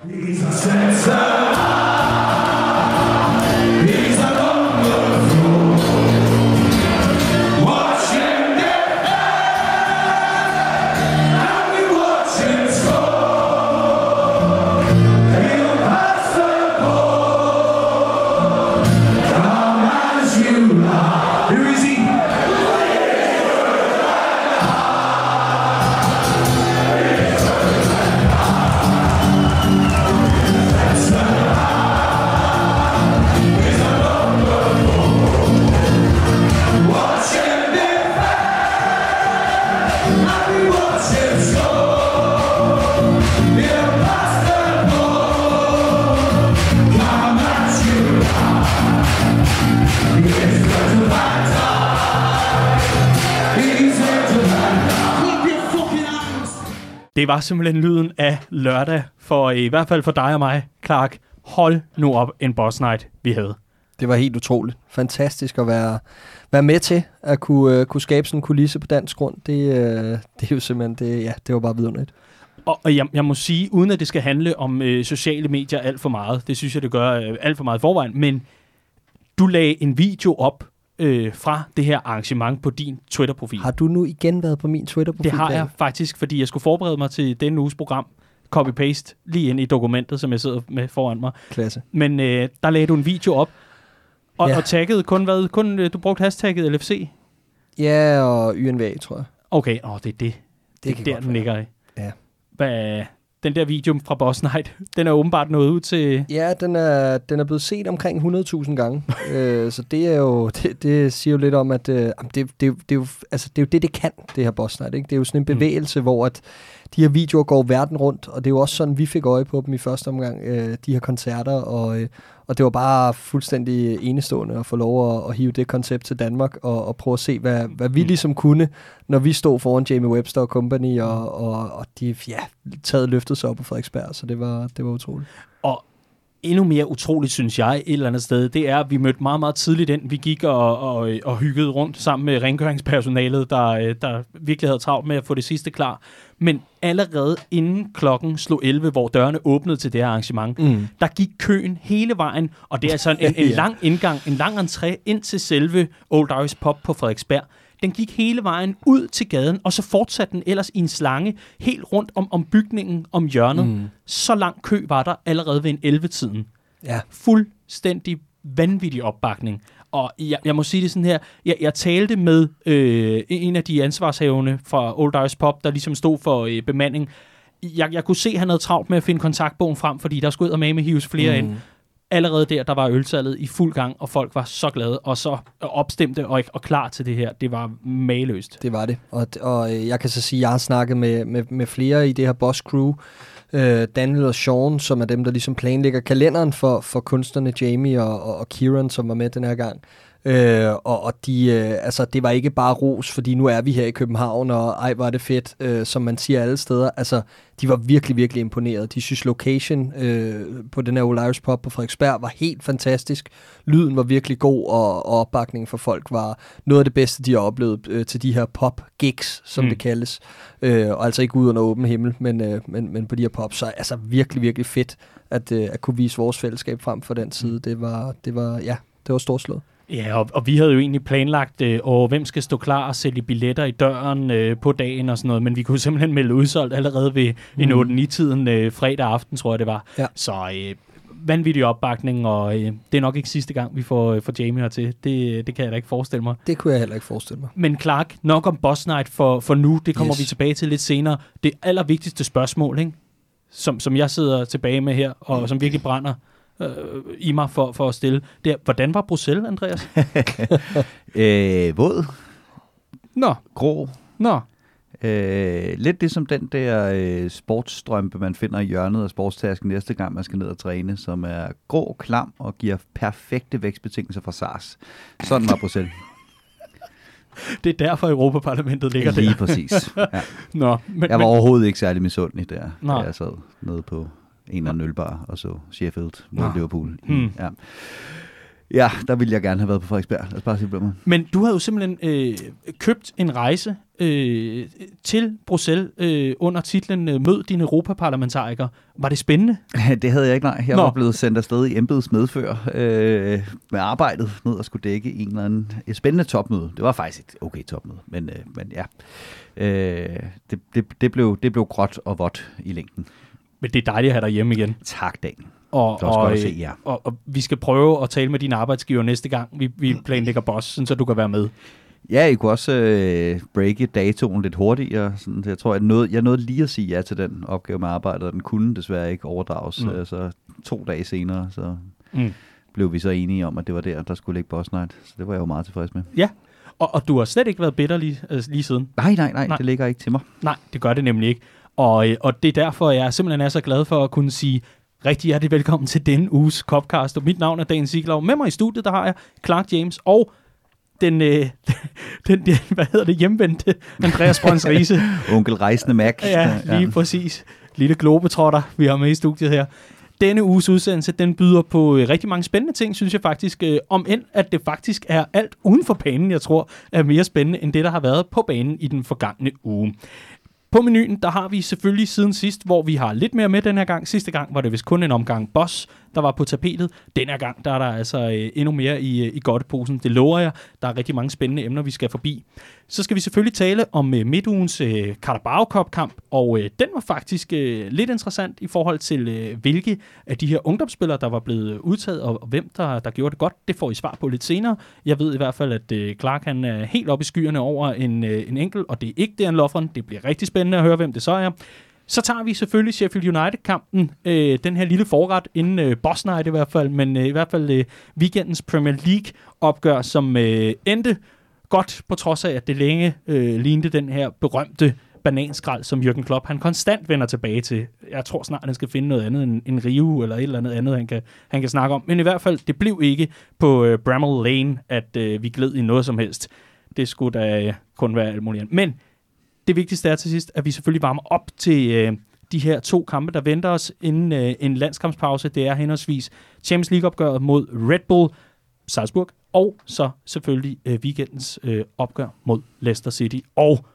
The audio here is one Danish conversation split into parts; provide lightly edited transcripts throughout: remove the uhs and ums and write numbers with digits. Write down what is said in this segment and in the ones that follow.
Det var simpelthen lyden af lørdag, for i hvert fald for dig og mig, Clark. Hold nu op en boss night, vi havde. Det var helt utroligt. Fantastisk at være med til at kunne skabe sådan en kulisse på dansk grund. Det er jo simpelthen, det var bare vidunderligt. Og jeg må sige, uden at det skal handle om sociale medier alt for meget, det synes jeg, det gør alt for meget i forvejen, men du lagde en video op fra det her arrangement på din Twitter-profil. Har du nu igen været på min Twitter-profil? Det har jeg faktisk, fordi jeg skulle forberede mig til denne uges program. Copy-paste lige ind i dokumentet, som jeg sidder med foran mig. Klasse. Men der lagde du en video op, og taggede kun du brugte hashtagget LFC? Ja, og YNVA, tror jeg. Okay, det er det. Det er der, den ligger i. Ja. Den der video fra Boss Night, den er åbenbart nået ud til... Ja, den er blevet set omkring 100.000 gange. Så det er jo det siger jo lidt om, at det er jo det kan, det her Boss Night. Ikke? Det er jo sådan en bevægelse, hvor at de her videoer går verden rundt, og det er jo også sådan, vi fik øje på dem i første omgang, de her koncerter, og det var bare fuldstændig enestående at få lov at hive det koncept til Danmark, og prøve at se, hvad vi ligesom kunne, når vi stod foran Jamie Webster Company, og de taget løftet sig op på Frederiksberg, så det var utroligt. Og endnu mere utroligt, synes jeg, et eller andet sted, det er, at vi mødte meget, meget tidligt ind. Vi gik og hyggede rundt sammen med rengøringspersonalet, der virkelig havde travlt med at få det sidste klar. Men allerede inden klokken slog 11, hvor dørene åbnede til det her arrangement, der gik køen hele vejen, og det er altså en lang indgang, en lang entré ind til selve Old Irish Pub på Frederiksberg. Den gik hele vejen ud til gaden, og så fortsatte den ellers i en slange helt rundt om bygningen, om hjørnet. Så lang kø var der allerede ved en 11-tiden. Ja. Fuldstændig vanvittig opbakning. Og jeg må sige det sådan her, jeg talte med en af de ansvarshavende fra Old Irish Pub, der ligesom stod for bemanding. Jeg kunne se, at han havde travlt med at finde kontaktbogen frem, fordi der skulle med hives flere ind. Allerede der var ølsalget i fuld gang, og folk var så glade og så opstemte og klar til det her. Det var mageløst. Det var det. Og jeg kan så sige, at jeg har snakket med flere i det her Boss Crew. Daniel og Sean, som er dem, der ligesom planlægger kalenderen for kunstnerne Jamie og Kieran, som var med den her gang. Og de, det var ikke bare ros, fordi nu er vi her i København, og ej, var det fedt, som man siger alle steder. Altså, de var virkelig, virkelig imponeret. De synes, location på den her Old Irish Pub på Frederiksberg var helt fantastisk. Lyden var virkelig god, og opbakningen for folk var noget af det bedste, de har oplevet til de her pop-gigs, som det kaldes. Og altså ikke uden åben himmel, men på de her pop. Så altså virkelig, virkelig fedt at kunne vise vores fællesskab frem for den side. Det var storslået. Ja, og vi havde jo egentlig planlagt, hvem skal stå klar og sælge billetter i døren på dagen og sådan noget, men vi kunne simpelthen melde udsolgt allerede ved en 8-9-tiden fredag aften, tror jeg det var. Ja. Så vanvittig opbakning, og det er nok ikke sidste gang, vi får Jamie hertil. Det kan jeg da ikke forestille mig. Det kunne jeg heller ikke forestille mig. Men Clark, nok om Boss Night for nu, det kommer vi tilbage til lidt senere. Det allervigtigste spørgsmål, ikke? Som jeg sidder tilbage med her, og som virkelig brænder i mig for at stille. Hvordan var Bruxelles, Andreas? Våd. Nå. Grå. Nå. Lidt ligesom den der sportsstrømpe, man finder i hjørnet af sportstasken næste gang, man skal ned og træne, som er grå, klam og giver perfekte vækstbetingelser for SARS. Sådan var Bruxelles. Det er derfor Europaparlamentet ligger der. Lige præcis. Ja. Nå, jeg var overhovedet ikke særlig misundelig der, da jeg sad nede på en eller anden ølbar, og så Sheffield mod Liverpool. Ja, der ville jeg gerne have været på Frederiksberg. Lad os bare sige det. Men du havde jo simpelthen købt en rejse til Bruxelles under titlen Mød dine europaparlamentarikere. Var det spændende? Det havde jeg ikke, nej. Jeg var blevet sendt afsted i embeds medfør med arbejdet ned og skulle dække et spændende topmøde. Det var faktisk et okay topmøde, men ja. Det blev gråt og vådt i længden. Men det er dejligt at have dig hjemme igen. Tak, Dan. Og vi skal prøve at tale med dine arbejdsgiver næste gang, vi planlægger boss, sådan, så du kan være med. Ja, I kunne også breake datoen lidt hurtigere. Sådan, jeg tror, jeg nåede lige at sige ja til den opgave med arbejdet, og den kunne desværre ikke overdrages. Så 2 dage senere, så blev vi så enige om, at det var der skulle ligge Boss Night. Så det var jeg jo meget tilfreds med. Ja, og du har slet ikke været bitter lige siden? Nej, det ligger ikke til mig. Nej, det gør det nemlig ikke. Og det er derfor, jeg simpelthen er så glad for at kunne sige rigtig hjertelig velkommen til denne uges Copcast. Og mit navn er Dan Siglau. Med mig i studiet, der har jeg Clark James og den hjemvendte Andreas Brøns Riise. Onkel Rejsende Mac. Ja, lige præcis. Lille globetrotter, vi har med i studiet her. Denne uges udsendelse, den byder på rigtig mange spændende ting, synes jeg faktisk. Om end, at det faktisk er alt uden for banen, jeg tror, er mere spændende end det, der har været på banen i den forgangne uge. På menuen, der har vi selvfølgelig siden sidst, hvor vi har lidt mere med den her gang. Sidste gang var det vist kun en omgang Boss, der var på tapetet. Den her gang, der er der altså endnu mere i godteposen. Det lover jeg. Der er rigtig mange spændende emner, vi skal forbi. Så skal vi selvfølgelig tale om midtugens Carabao Cup-kamp, og den var faktisk lidt interessant i forhold til, hvilke af de her ungdomsspillere, der var blevet udtaget, og hvem der gjorde det godt. Det får I svar på lidt senere. Jeg ved i hvert fald, at Clark han er helt oppe i skyerne over en enkelt, og det er ikke Dejan Lovren. Det bliver rigtig spændende at høre, hvem det så er. Så tager vi selvfølgelig Sheffield United-kampen, den her lille forret inden Boss Night i hvert fald, men i hvert fald weekendens Premier League-opgør, som endte godt, på trods af, at det længe lignede den her berømte bananskrald, som Jürgen Klopp han konstant vender tilbage til. Jeg tror snart, han skal finde noget andet end Rio, eller et eller andet, han kan snakke om. Men i hvert fald, det blev ikke på Bramall Lane, at vi gled i noget som helst. Det skulle da kun være alt muligt. Men det vigtigste er til sidst, at vi selvfølgelig varmer op til de her 2 kampe, der venter os inden en landskampspause. Det er henholdsvis Champions League-opgøret mod Red Bull Salzburg, og så selvfølgelig weekendens opgør mod Leicester City og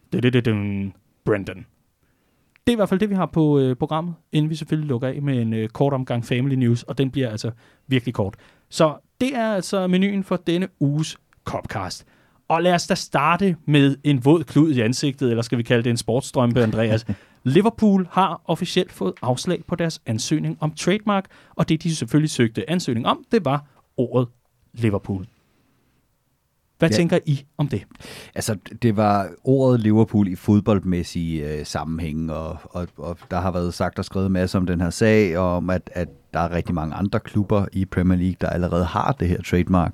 Brendan. Det er i hvert fald det, vi har på programmet, inden vi selvfølgelig lukker af med en kort omgang Family News, og den bliver altså virkelig kort. Så det er altså menuen for denne uges Copcast. Og lad os da starte med en våd klud i ansigtet, eller skal vi kalde det en sportsstrømpe, Andreas. Liverpool har officielt fået afslag på deres ansøgning om trademark, og det de selvfølgelig søgte ansøgning om, det var ordet Liverpool. Hvad tænker I om det? Altså, det var ordet Liverpool i fodboldmæssig sammenhæng, og der har været sagt og skrevet masser om den her sag, og om at der er rigtig mange andre klubber i Premier League, der allerede har det her trademark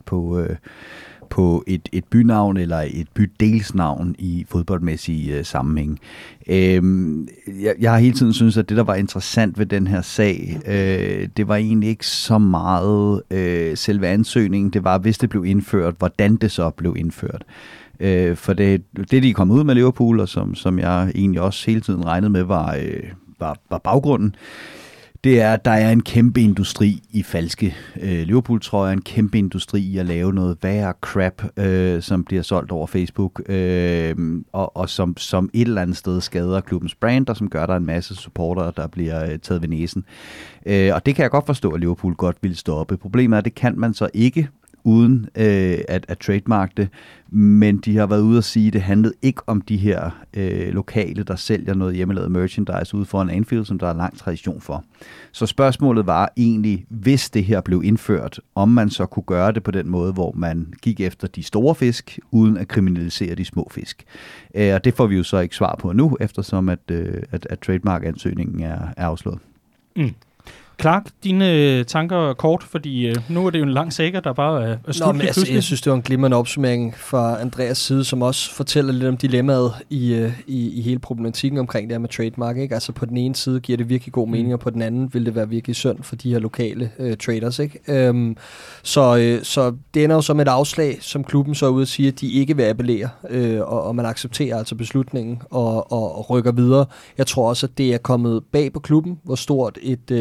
på et bynavn eller et bydelsnavn i fodboldmæssig sammenhæng. Jeg har hele tiden syntes, at det, der var interessant ved den her sag, det var egentlig ikke så meget selve ansøgningen. Det var, hvis det blev indført, hvordan det så blev indført. For det de kom ud med Liverpool, og som jeg egentlig også hele tiden regnede med, var baggrunden. Det er, at der er en kæmpe industri i falske Liverpool-trøjer, en kæmpe industri i at lave noget værre crap, som bliver solgt over Facebook, og som et eller andet sted skader klubbens brand, og som gør, der en masse supportere, der bliver taget ved næsen. Og det kan jeg godt forstå, at Liverpool godt vil stoppe. Problemet er, at det kan man så ikke, uden at trademark det, men de har været ude at sige, at det handlede ikke om de her lokale, der sælger noget hjemmelavet merchandise ude foran Anfield, som der er lang tradition for. Så spørgsmålet var egentlig, hvis det her blev indført, om man så kunne gøre det på den måde, hvor man gik efter de store fisk, uden at kriminalisere de små fisk. Og det får vi jo så ikke svar på nu, eftersom at trademark-ansøgningen er afslået. Mm. Clark, dine tanker kort, fordi nu er det jo en lang saga, der bare er slut. Jeg synes, det var en glimrende opsummering fra Andreas side, som også fortæller lidt om dilemmaet i hele problematikken omkring det her med trademark. Ikke? Altså på den ene side giver det virkelig god mening, og på den anden vil det være virkelig synd for de her lokale traders. Ikke? Så det ender jo som et afslag, som klubben så er ude at sige, at de ikke vil appellere, og man accepterer altså beslutningen og rykker videre. Jeg tror også, at det er kommet bag på klubben, hvor stort et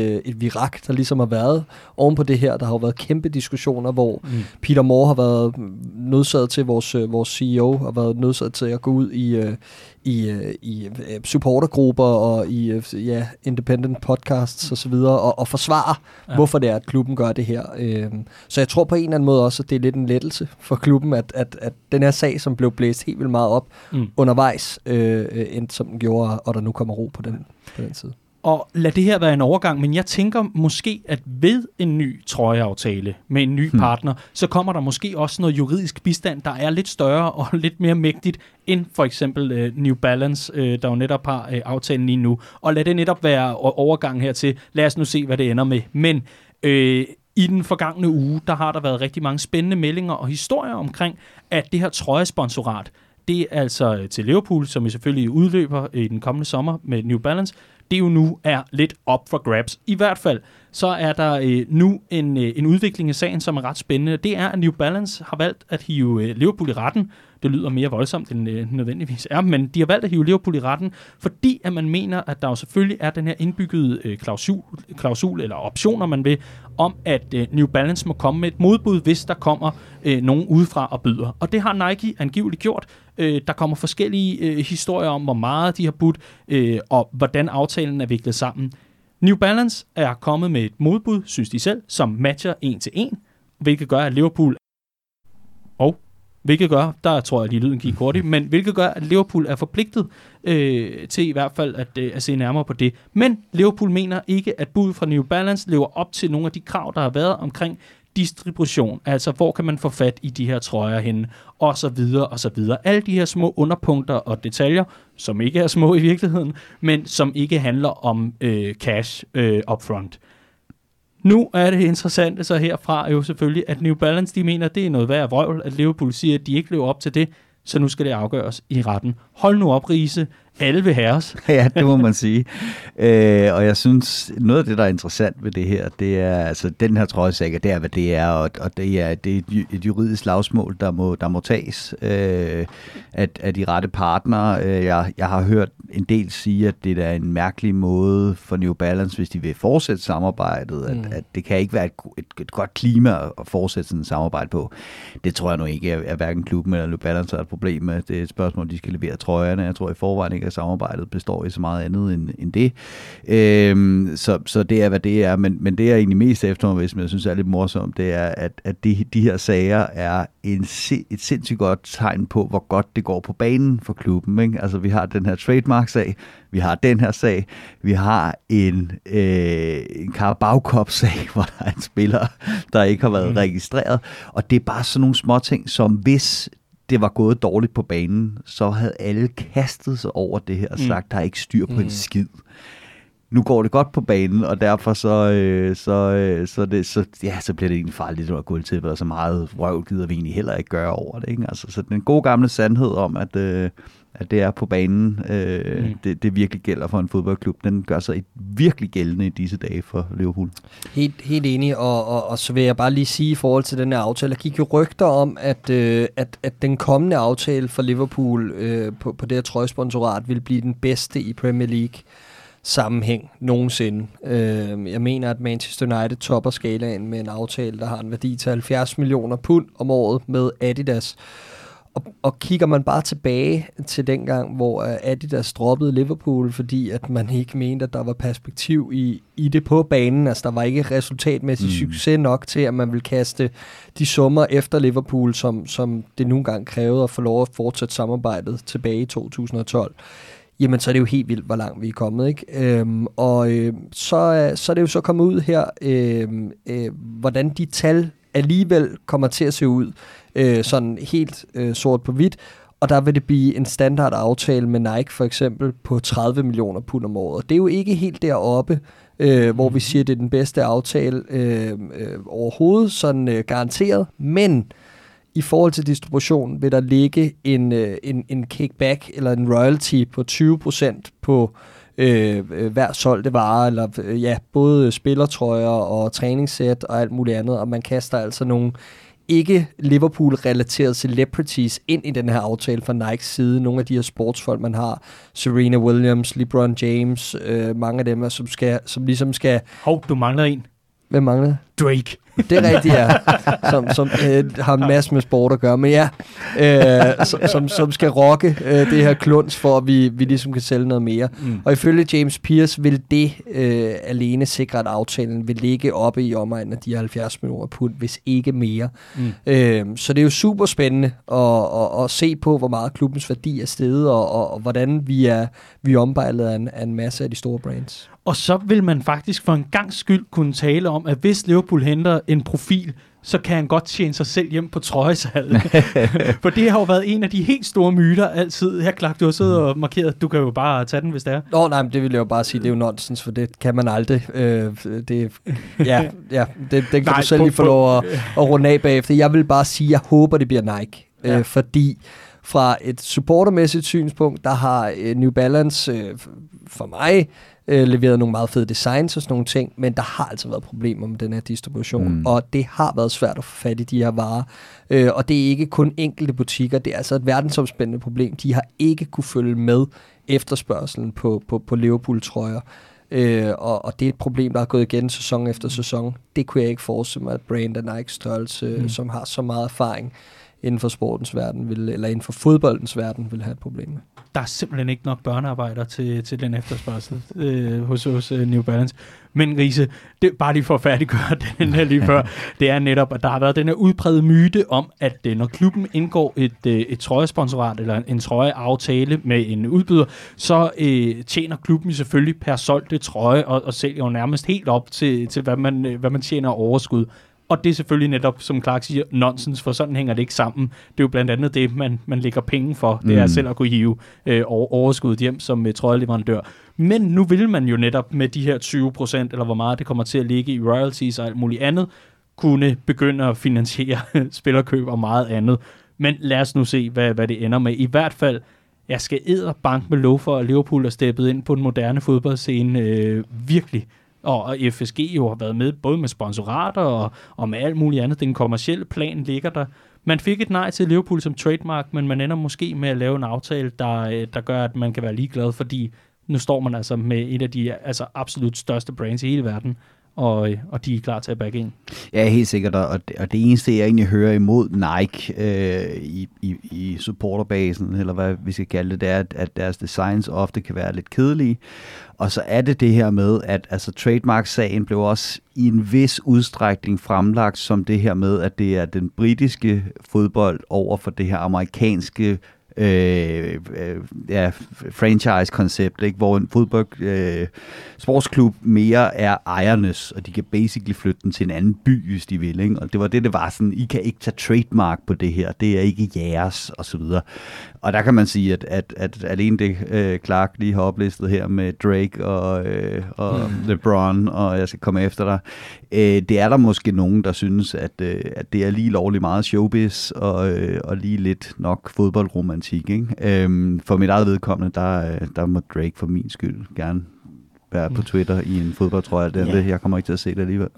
virak, der ligesom har været oven på det her. Der har jo været kæmpe diskussioner, hvor Peter Moore har været nødsaget til, vores CEO har været nødsaget til at gå ud i supportergrupper og i independent podcasts og så videre, og forsvare, hvorfor det er, at klubben gør det her. Så jeg tror på en eller anden måde også, at det er lidt en lettelse for klubben, at den her sag, som blev blæst helt vildt meget op undervejs, end som den gjorde, og der nu kommer ro på den side. Og lad det her være en overgang, men jeg tænker måske, at ved en ny trøjeaftale med en ny partner, så kommer der måske også noget juridisk bistand, der er lidt større og lidt mere mægtigt, end for eksempel New Balance, der jo netop har aftalen lige nu. Og lad det netop være overgang hertil. Lad os nu se, hvad det ender med. Men i den forgangne uge, der har der været rigtig mange spændende meldinger og historier omkring, at det her trøjesponsorat, det er altså til Liverpool, som vi selvfølgelig udløber i den kommende sommer med New Balance, det jo nu er lidt op for grabs. I hvert fald, så er der nu en udvikling af sagen, som er ret spændende. Det er, at New Balance har valgt at hive Liverpool i retten. Det lyder mere voldsomt, end nødvendigvis er, men de har valgt at hive Liverpool i retten, fordi at man mener, at der jo selvfølgelig er den her indbyggede klausul eller optioner, man vil, om at New Balance må komme med et modbud, hvis der kommer nogen udefra og byder. Og det har Nike angiveligt gjort. Der kommer forskellige historier om, hvor meget de har budt, og hvordan aftalen er viklet sammen. New Balance er kommet med et modbud, synes de selv, som matcher 1-1, hvilket gør, at Liverpool der tror jeg lige lyden gik hurtigt, men hvilket gør, at Liverpool er forpligtet til i hvert fald at se nærmere på det. Men Liverpool mener ikke, at budet fra New Balance lever op til nogle af de krav, der har været omkring distribution, altså hvor kan man få fat i de her trøjer henne, og så videre, og så videre. Alle de her små underpunkter og detaljer, som ikke er små i virkeligheden, men som ikke handler om cash upfront. Nu er det interessante så herfra jo selvfølgelig, at New Balance, de mener, det er noget værd vrøvl, at Liverpool siger, at de ikke lever op til det, så nu skal det afgøres i retten. Hold nu op, Riese. Alle vil have os. Ja, det må man sige. Og jeg synes, noget af det, der er interessant ved det her, det er, altså den her trøjesag, det er, hvad det er, og det er et juridisk slagsmål, der må tages af de rette partnere. Jeg har hørt en del sige, at det er en mærkelig måde for New Balance, hvis de vil fortsætte samarbejdet, at det kan ikke være et godt klima at fortsætte sådan et samarbejde på. Det tror jeg nu ikke er hverken klubben eller New Balance er et problem med. Det er et spørgsmål, de skal levere trøjerne. Jeg tror i forvejen ikke, at samarbejdet består i så meget andet end det. Så det er, hvad det er. Men det er egentlig mest efter mig, hvis jeg synes er lidt morsomt, det er, at de her sager er et sindssygt godt tegn på, hvor godt det går på banen for klubben. Ikke? Altså, vi har den her trademark-sag, vi har den her sag, vi har en Carabao Cup-sag, hvor der er en spiller, der ikke har været registreret. Og det er bare sådan nogle små ting, som hvis det var gået dårligt på banen, så havde alle kastet sig over det her og sagt, der er ikke styr på en skid. Nu går det godt på banen, og derfor så bliver det egentlig farligt at gå til, og så meget røv gider vi egentlig heller ikke gøre over det. Ikke? Altså, så den gode gamle sandhed om, at det er på banen, det virkelig gælder for en fodboldklub, den gør sig virkelig gældende i disse dage for Liverpool. Helt enig, og så vil jeg bare lige sige i forhold til den her aftale, der gik jo rygter om, at den kommende aftale for Liverpool på det her trøjesponsorat vil blive den bedste i Premier League sammenhæng nogensinde. Jeg mener, at Manchester United topper skalaen med en aftale, der har en værdi til 70 millioner pund om året med Adidas. Og kigger man bare tilbage til dengang, hvor Adidas droppede Liverpool, fordi at man ikke mente, at der var perspektiv i det på banen. Altså, der var ikke resultatmæssig succes nok til, at man ville kaste de summer efter Liverpool, som det nogle gange krævede at få lov at fortsætte samarbejdet tilbage i 2012. Jamen, så er det jo helt vildt, hvor langt vi er kommet, ikke? Så er det jo så kommet ud her, hvordan de tal alligevel kommer til at se ud, sådan helt sort på hvidt, og der vil det blive en standard aftale med Nike for eksempel på 30 millioner pund om året. Det er jo ikke helt deroppe, hvor vi siger, at det er den bedste aftale overhovedet, sådan garanteret, men i forhold til distribution vil der ligge en kickback eller en royalty på 20% på hver solgte vare, eller både spillertrøjer og træningssæt og alt muligt andet, og man kaster altså nogle ikke Liverpool-relateret celebrities ind i den her aftale fra Nikes side. Nogle af de her sportsfolk, man har, Serena Williams, LeBron James, mange af dem, som ligesom skal... Hov, du mangler en. Hvem mangler? Drake. Det er rigtigt, ja. Som har en masse med sport at gøre. Men ja, som skal rocke det her kluns, for at vi ligesom kan sælge noget mere. Og ifølge James Pearce vil det alene sikre, at aftalen vil ligge oppe i omegnen af de 70 millioner pund, hvis ikke mere. Så det er jo super spændende at se på, hvor meget klubbens værdi er steget, og hvordan vi er ombejlet af en masse af de store brands. Og så vil man faktisk for en gangs skyld kunne tale om, at hvis Liverpool henter en profil, så kan han godt tjene sig selv hjem på trøjesalget. For det har jo været en af de helt store myter altid. Her, Clark, du har siddet og markeret, du kan jo bare tage den, hvis det er. Nej, men det vil jeg jo bare sige, det er jo nonsens, for det kan man aldrig. Det kan du selv lige få lov at runde af bagefter. Jeg vil bare sige, jeg håber, det bliver Nike. Fordi fra et supportermæssigt synspunkt, der har New Balance for mig leveret nogle meget fede designs og sådan nogle ting, men der har altså været problemer med den her distribution, og det har været svært at få fat i de her varer. Og det er ikke kun enkelte butikker, det er altså et verdensomspændende problem. De har ikke kunne følge med efterspørgselen på Liverpool-trøjer. Og det er et problem, der er gået igen sæson efter sæson. Det kunne jeg ikke forestille mig, at brand af Nike størrelse, som har så meget erfaring inden for sportens verden, eller inden for fodboldens verden, vil have et problem med. Der er simpelthen ikke nok børnearbejder til den efterspørgsel hos New Balance. Men Riese, det bare lige for at færdiggøre den her lige før, det er netop, at der har været den her udprægede myte om, at når klubben indgår et trøjesponsorat eller en trøjeaftale med en udbyder, så tjener klubben selvfølgelig per solgte trøje og sælger jo nærmest helt op til hvad man tjener overskud. Og det er selvfølgelig netop, som Clark siger, nonsens, for sådan hænger det ikke sammen. Det er jo blandt andet det, man lægger penge for. Det er selv at kunne hive overskuddet hjem som trøjeleverandør. Men nu vil man jo netop med de her 20%, eller hvor meget det kommer til at ligge i royalties og alt muligt andet, kunne begynde at finansiere spillerkøb og meget andet. Men lad os nu se, hvad det ender med. I hvert fald, jeg skal edderbank med lov for, at Liverpool er steppet ind på den moderne fodboldscene virkelig. Og FSG jo har været med, både med sponsorater og med alt muligt andet. Den kommercielle plan ligger der. Man fik et nej til Liverpool som trademark, men man ender måske med at lave en aftale, der gør, at man kan være ligeglad, fordi nu står man altså med et af de absolut største brands i hele verden, og de er klar til at back ind. Ja, helt sikkert, og det eneste, jeg egentlig hører imod Nike i supporterbasen, eller hvad vi skal kalde det, er, at deres designs ofte kan være lidt kedelige. Og så er det her med, at altså, trademark-sagen blev også i en vis udstrækning fremlagt som det her med, at det er den britiske fodbold over for det her amerikanske franchise-koncept, ikke? Hvor en fodbold sportsklub mere er ejernes, og de kan basically flytte den til en anden by, hvis de vil, ikke? Og det var det var sådan, I kan ikke tage trademark på det her, det er ikke jeres, og så videre. Og der kan man sige, at alene det Clark lige har oplistet her med Drake og LeBron, og jeg skal komme efter dig, det er der måske nogen, der synes, at det er lige lovligt meget showbiz, og lige lidt nok fodboldromantik, ikke? For mit eget vedkommende, der må Drake for min skyld gerne være på Twitter i en fodboldtrøje. Jeg kommer ikke til at se det alligevel.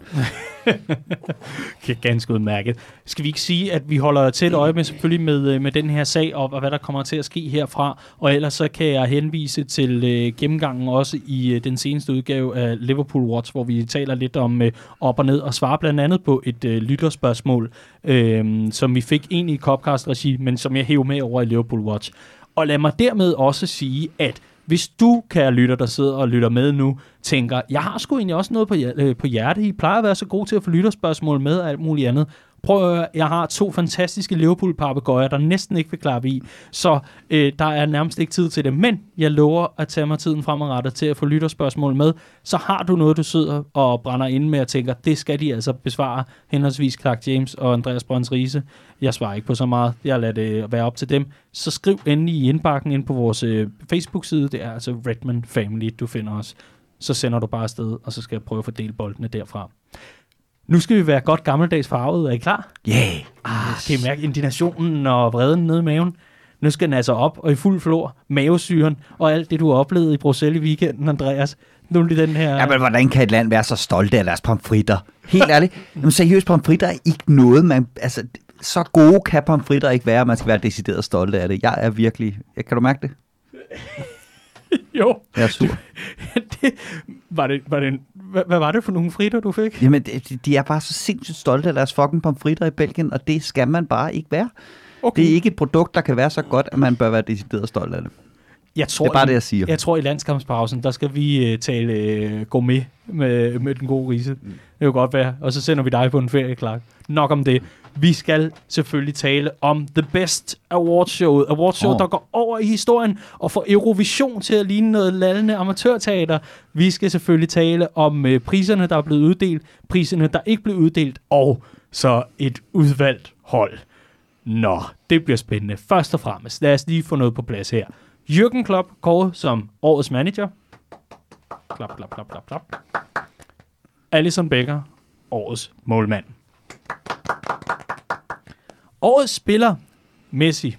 Ganske udmærket. Skal vi ikke sige, at vi holder tæt øje med selvfølgelig med den her sag og hvad der kommer til at ske herfra, og ellers så kan jeg henvise til gennemgangen også i den seneste udgave af Liverpool Watch, hvor vi taler lidt om op og ned og svarer blandt andet på et lytterspørgsmål, som vi fik egentlig i Copcast-regi, men som jeg hæver med over i Liverpool Watch. Og lad mig dermed også sige, at hvis du, kære lytter, der sidder og lytter med nu, tænker, jeg har sgu egentlig også noget på hjerte. I plejer at være så gode til at få lytterspørgsmål med og alt muligt andet. Prøv at høre, jeg har 2 fantastiske Liverpool-papegøjer, der næsten ikke vil klappe i, så der er nærmest ikke tid til det. Men jeg lover at tage mig tiden fremadrettet til at få lytterspørgsmål med. Så har du noget, du sidder og brænder inde med og tænker, det skal de altså besvare, henholdsvis Clark James og Andreas Brøns Riise. Jeg svarer ikke på så meget. Jeg lader det være op til dem. Så skriv endelig i indbakken ind på vores Facebook-side. Det er altså Redman Family, du finder os. Så sender du bare afsted, og så skal jeg prøve at fordele boldene derfra. Nu skal vi være godt gammeldags farvet. Er I klar? Yeah! Kan I mærke indignationen og vreden nede i maven? Nu skal den altså op og i fuld flor, mavesyren og alt det, du har oplevet i Bruxelles i weekenden, Andreas. Nu er det den her... Ja, men hvordan kan et land være så stolte af deres pomfritter? Helt ærligt. Jamen, seriøst, pomfritter er ikke noget, man... Altså, så gode kan pomfritter ikke være, at man skal være decideret stolt af det. Jeg er virkelig... Kan du mærke det? Jo. Jeg er sur. Hvad var det for nogle fritter, du fik? Jamen, de er bare så sindssygt stolte af deres fucking pomfritter i Belgien, og det skal man bare ikke være. Okay. Det er ikke et produkt, der kan være så godt, at man bør være decideret stolt af det. Det er bare det, jeg siger. Jeg tror, i landskampspausen, der skal vi tale gourmet med den gode Riese. Det vil godt være. Og så sender vi dig på en ferie, Clark. Nok om det. Vi skal selvfølgelig tale om The Best Awardshow. Awardshow, der går over i historien og får Eurovision til at ligne noget lallende amatørteater. Vi skal selvfølgelig tale om priserne, der er blevet uddelt, priserne, der ikke blev uddelt, og så et udvalgt hold. Nå, det bliver spændende. Først og fremmest, lad os lige få noget på plads her. Jürgen Klopp kåret som årets manager. Klap, klap, klap, klap, klap. Alisson Becker, årets målmand. Årets spiller, Messi.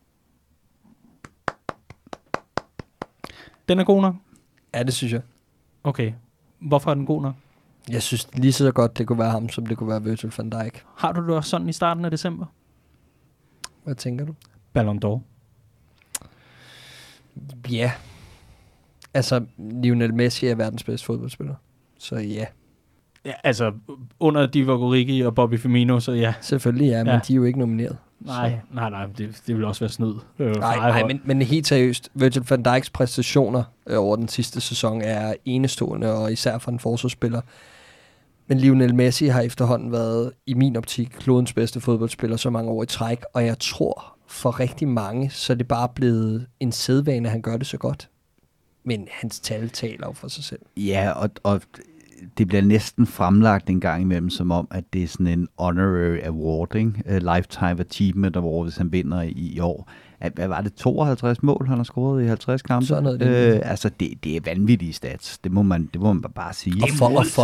Den er god nok? Ja, det synes jeg. Okay. Hvorfor er den god nok? Jeg synes lige så godt, det kunne være ham, som det kunne være Virgil van Dijk. Har du det også sådan i starten af december? Hvad tænker du? Ballon d'Or. Ja. Altså, Lionel Messi er verdens bedste fodboldspiller. Så ja. Ja, altså, under Divock Origi og Bobby Firmino, så ja. Selvfølgelig ja, men de er jo ikke nomineret. Nej, det vil også være snyd. Nej, men helt seriøst, Virgil van Dijks præstationer over den sidste sæson er enestående, og især for en forsvarsspiller. Men Lionel Messi har efterhånden været, i min optik, klodens bedste fodboldspiller så mange år i træk, og jeg tror, for rigtig mange, så er det bare blevet en sædvane, at han gør det så godt. Men hans tal taler jo for sig selv. Ja, og det bliver næsten fremlagt en gang imellem, som om, at det er sådan en honorary award, ikke? Lifetime Achievement Award, hvis han vinder i år. Hvad var det? 52 mål, han har scoret i 50 kampe? Sådan noget. Altså, det er vanvittige stats. Det må man bare sige. Og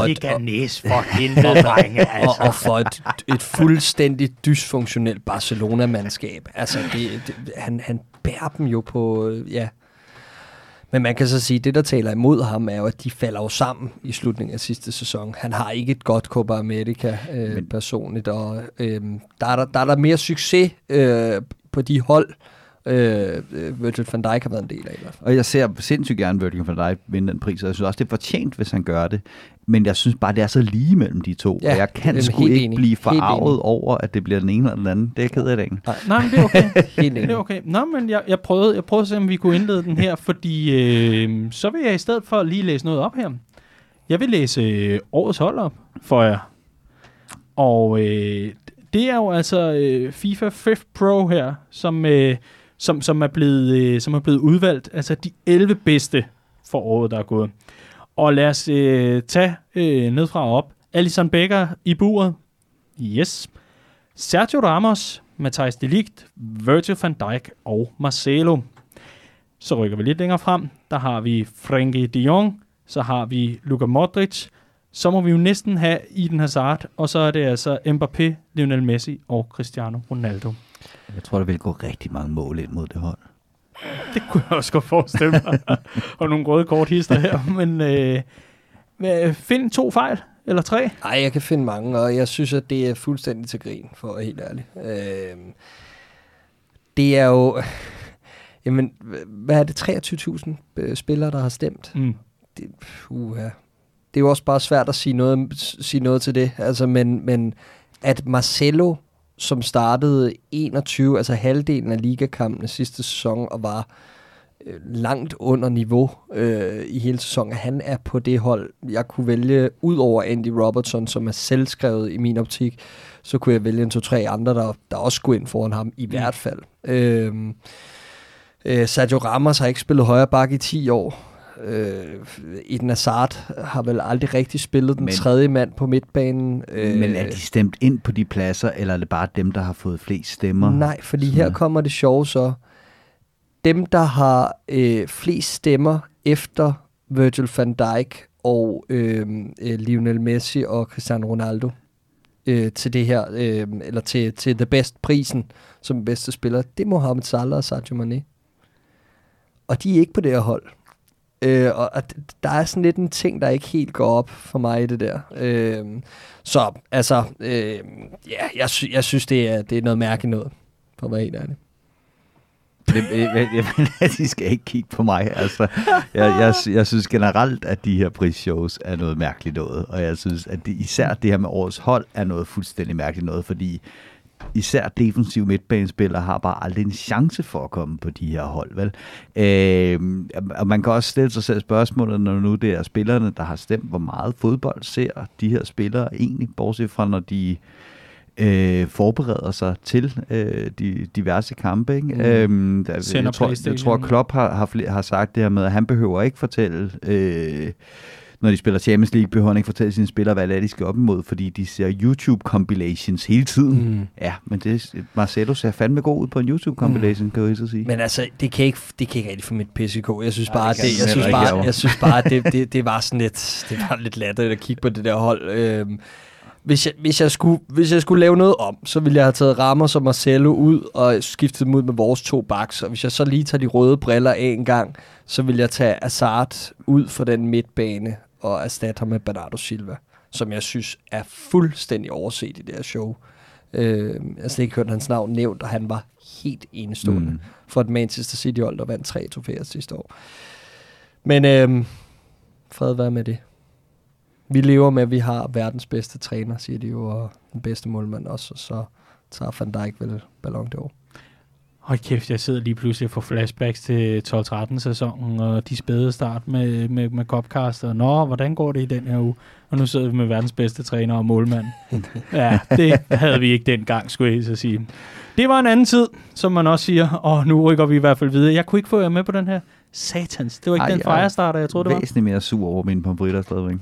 for et fuldstændig dysfunktionelt Barcelona-mandskab. Altså, han bærer dem jo på... ja. Men man kan så sige, at det, der taler imod ham, er jo, at de falder jo sammen i slutningen af sidste sæson. Han har ikke et godt Copa America personligt, og der er der mere succes på de hold, Virgil van Dijk har været en del af i hvert fald. Og jeg ser sindssygt gerne Virgil van Dijk vinde den pris, og jeg synes også, det er fortjent, hvis han gør det. Men jeg synes bare, det er så lige mellem de to, og jeg kan sgu ikke blive forarvet over, at det bliver den ene eller den anden. Det er jeg ked af det, ikke? Nej, men det er okay. Det er okay. Nå, men jeg prøvede at se, om vi kunne indlede den her, fordi så vil jeg i stedet for lige læse noget op her. Jeg vil læse årets hold op for jer. Og det er jo altså FIFA 5 Pro her, som er blevet udvalgt, altså de 11 bedste for året, der er gået. Og lad os tage nedfra og op. Alisson Becker i buret. Yes. Sergio Ramos, Matthijs de Ligt, Virgil van Dijk og Marcelo. Så rykker vi lidt længere frem. Der har vi Frenkie de Jong. Så har vi Luka Modric. Så må vi jo næsten have Eden Hazard. Og så er det altså Mbappé, Lionel Messi og Cristiano Ronaldo. Jeg tror, der vil gå rigtig mange mål ind mod det hold. Det kunne jeg også godt forestille mig. Og nogle røde korthister her. Men find 2 fejl, eller 3? Nej, jeg kan finde mange, og jeg synes, at det er fuldstændig til grin, for at være helt ærlig. Det er jo... Jamen, hvad er det? 23.000 spillere, der har stemt? Mm. Det er jo også bare svært at sige noget til det. Altså, men at Marcelo, som startede 21, altså halvdelen af ligakampene sidste sæson, og var langt under niveau i hele sæsonen, han er på det hold, jeg kunne vælge, ud over Andy Robertson, som er selvskrevet i min optik, så kunne jeg vælge 2-3 andre, der også skulle ind foran ham, i hvert fald. Sergio Ramos har ikke spillet højre bakke i 10 år. Eden Hazard har vel aldrig rigtig spillet den tredje mand på midtbanen. Men er de stemt ind på de pladser, eller er det bare dem, der har fået flest stemmer? Nej, fordi her kommer det sjove så. Dem, der har flest stemmer efter Virgil van Dijk og Lionel Messi og Cristiano Ronaldo til det her, eller til The Best-prisen som bedste spiller, det er Mohamed Salah og Sadio Mane. Og de er ikke på det her hold. Og der er sådan lidt en ting, der ikke helt går op for mig i det der. Så altså, jeg synes, det er noget mærkeligt noget, for at være helt ærlig. De skal ikke kigge på mig. Altså, jeg synes generelt, at de her prisshows er noget mærkeligt noget, og jeg synes, at især det her med årets hold er noget fuldstændig mærkeligt noget, fordi især defensive midtbanespillere har bare aldrig en chance for at komme på de her hold, vel? Og man kan også stille sig selv spørgsmålet, når nu det er spillerne, der har stemt, hvor meget fodbold ser de her spillere egentlig, bortset fra når de forbereder sig til de diverse kampe. Ikke? Jeg tror, Klopp har sagt det her med, at han behøver ikke fortælle, når de spiller Champions League, behøver han ikke fortælle sine spillere, hvad det er, de skal op imod, fordi de ser YouTube-compilations hele tiden. Ja, men Marcelo ser fandme god ud på en YouTube-compilation, kan jeg så sige. Men altså, det kan ikke rigtig få mit PCK. Jeg synes bare, at det var sådan lidt, det var lidt latterligt at kigge på det der hold. Hvis jeg skulle lave noget om, så ville jeg have taget Ramos og Marcelo ud og skiftet dem ud med vores 2 backs. Og hvis jeg så lige tager de røde briller af en gang, så vil jeg tage Hazard ud for den midtbane og erstatte ham med Bernardo Silva, som jeg synes er fuldstændig overset i det her show. Jeg har slet ikke hørt hans navn nævnt, og han var helt enestående for et Manchester City-hold, der vandt 3 trofæer sidste år. Men fred være med det. Vi lever med, at vi har verdens bedste træner, siger de jo, og den bedste målmand også, og så tager Van Dijk vel Ballon d'Or. Hold kæft, jeg sidder lige pludselig og får flashbacks til 12-13-sæsonen, og de spæde start med Copcaster. Nå, hvordan går det i den her uge? Og nu sidder vi med verdens bedste træner og målmand. Ja, det havde vi ikke dengang, skulle jeg så sige. Det var en anden tid, som man også siger, og nu rykker vi i hvert fald videre. Jeg kunne ikke få jer med på den her satans. Det var ikke den Firestarter, jeg troede, det var. Væsentligt mere sur over mine pomfritter stadigvæk.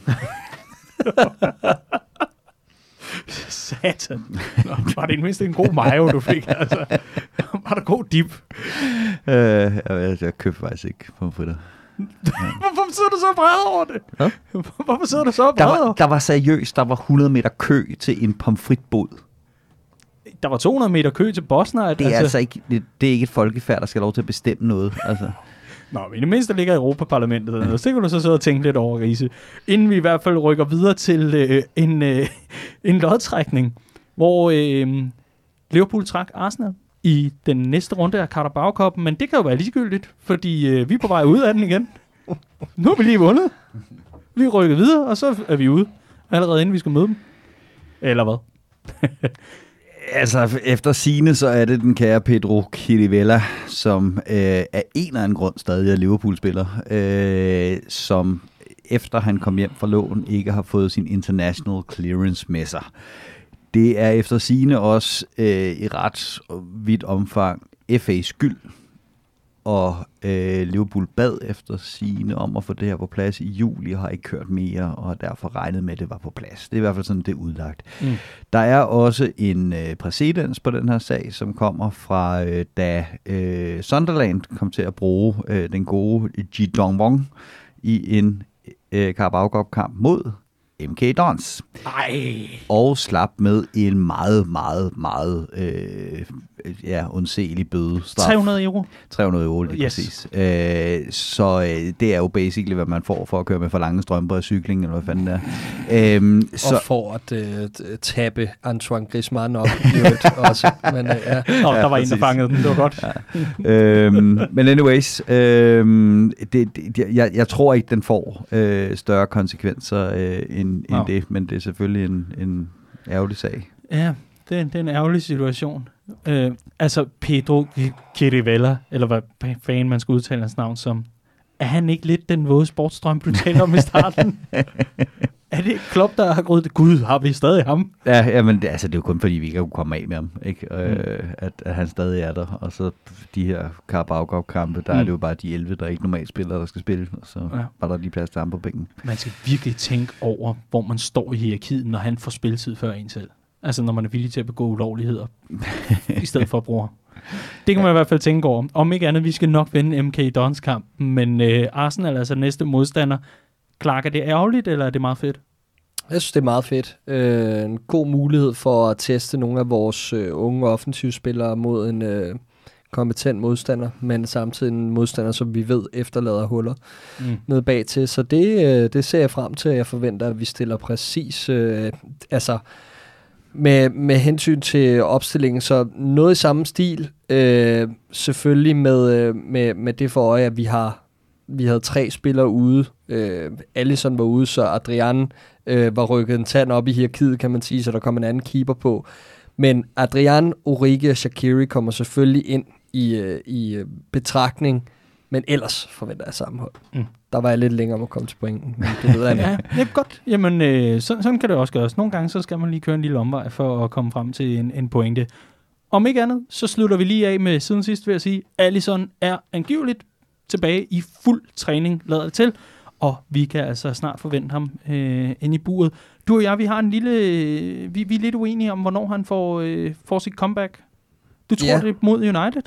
Satan. Nå, var det mindst en god mayo, du fik? Altså, var der god dip? Jeg købte faktisk ikke pomfritter. Hvorfor sidder du så vred over det? Ja? Hvorfor sidder du så vred over? Der var seriøst, der var 100 meter kø til en pomfritbod. Der var 200 meter kø til Bosner. Det er altså ikke, det er ikke et folkefærd, der skal have lov til at bestemme noget. Altså. Nå, men i det mindste ligger Europaparlamentet dernede. Så kan du så sidde og tænke lidt over, Riese. Inden vi i hvert fald rykker videre til en lodtrækning, hvor Liverpool trak Arsenal i den næste runde af Carabao Cup, men det kan jo være ligegyldigt, fordi vi er på vej ud af den igen. Nu har vi lige vundet. Vi er rykket videre, og så er vi ude. Allerede inden vi skal møde dem. Eller hvad? Altså, efter sigende, så er det den kære Pedro Chirivella, som af en eller anden grund stadig er Liverpool-spiller, som efter han kom hjem fra lån, ikke har fået sin international clearance med sig. Det er efter sigende også i ret vidt omfang FA's skyld, og Liverpool bad efter sigende om at få det her på plads i juli, og har ikke kørt mere, og har derfor regnet med, at det var på plads. Det er i hvert fald sådan, det er udlagt. Der er også en præcedens på den her sag, som kommer fra, da Sunderland kom til at bruge den gode Ji Dong-Wong i en Carabao Cup-kamp mod MK Dons. Og slap med en meget, meget, meget undselig bødestraf. 300 euro? 300 euro, lige præcis. Så det er jo basically, hvad man får for at køre med for lange strømper af cykling, eller hvad fanden det er. Og for at tabe Antoine Griezmann op i øvrigt også. Men, der var en, der fangede den. Det var godt. Ja. Men anyways, jeg tror ikke, den får større konsekvenser end det, men det er selvfølgelig en ærgerlig sag. Ja, det er en ærgerlig situation. Altså, Pedro Chirivella, eller hvad fanden man skal udtale hans navn som, er han ikke lidt den våde sportsstrøm, du talte om i starten? Er det Klopp, der har gået? Gud, har vi stadig ham? Ja, men det er jo kun fordi, vi ikke kunne komme af med ham, ikke? At han stadig er der. Og så de her Carabao Cup-kampe, der er det jo bare de 11, der ikke normalt spiller, der skal spille. Og så var der lige plads til ham på bænken. Man skal virkelig tænke over, hvor man står i hierarkiet, når han får spilletid før en selv. Altså, når man er villig til at begå ulovligheder, i stedet for at bruge. Det kan man i hvert fald tænke over. Om ikke andet, vi skal nok vinde MK Dons kamp, men Arsenal er altså næste modstander. Clark, er det ærgerligt, eller er det meget fedt? Jeg synes, det er meget fedt. En god mulighed for at teste nogle af vores unge offensivspillere mod en kompetent modstander, men samtidig en modstander, som vi ved efterlader huller ned bag til. Så det ser jeg frem til, at jeg forventer, at vi stiller præcis, med hensyn til opstillingen, så noget i samme stil, selvfølgelig med det for øje, at vi havde 3 spillere ude. Alisson var ude, så Adrian var rykket en tand op i hierarkiet, kan man sige, så der kom en anden keeper på. Men Adrian, Origi og Shaqiri kommer selvfølgelig ind i betragtning, men ellers forventer jeg sammenhold. Der var jeg lidt længere om at komme til pointen. Det ved jeg ikke. Ja, det er godt. Jamen, sådan kan det også gøres. Nogle gange så skal man lige køre en lille omvej for at komme frem til en pointe. Om ikke andet, så slutter vi lige af med siden sidst ved at sige, Alisson er angiveligt tilbage i fuld træning, lader det til, og vi kan altså snart forvente ham ind i buret. Du og jeg, vi har en lille... Vi er lidt uenige om, hvornår han får sit comeback. Du tror, det er mod United?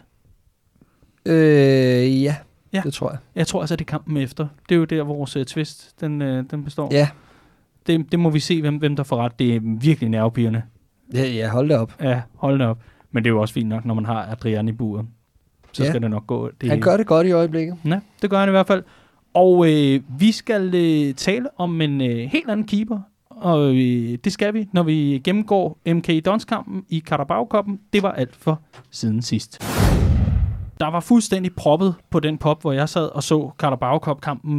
Ja, det tror jeg. Jeg tror altså, det er kampen efter. Det er jo der, vores twist, den består. Ja. Det må vi se, hvem der får ret. Det er virkelig nervepirrende. Ja, hold det op. Ja, hold det op. Men det er jo også fint nok, når man har Adrian i buret. Så skal det nok gå. Han gør det godt i øjeblikket. Ja, det gør han i hvert fald. Og vi skal tale om en helt anden keeper. Og det skal vi, når vi gennemgår MK Dons-kampen i Carabao-koppen. Det var alt for siden sidst. Der var fuldstændig proppet på den pop, hvor jeg sad og så Carabao Cup-kampen.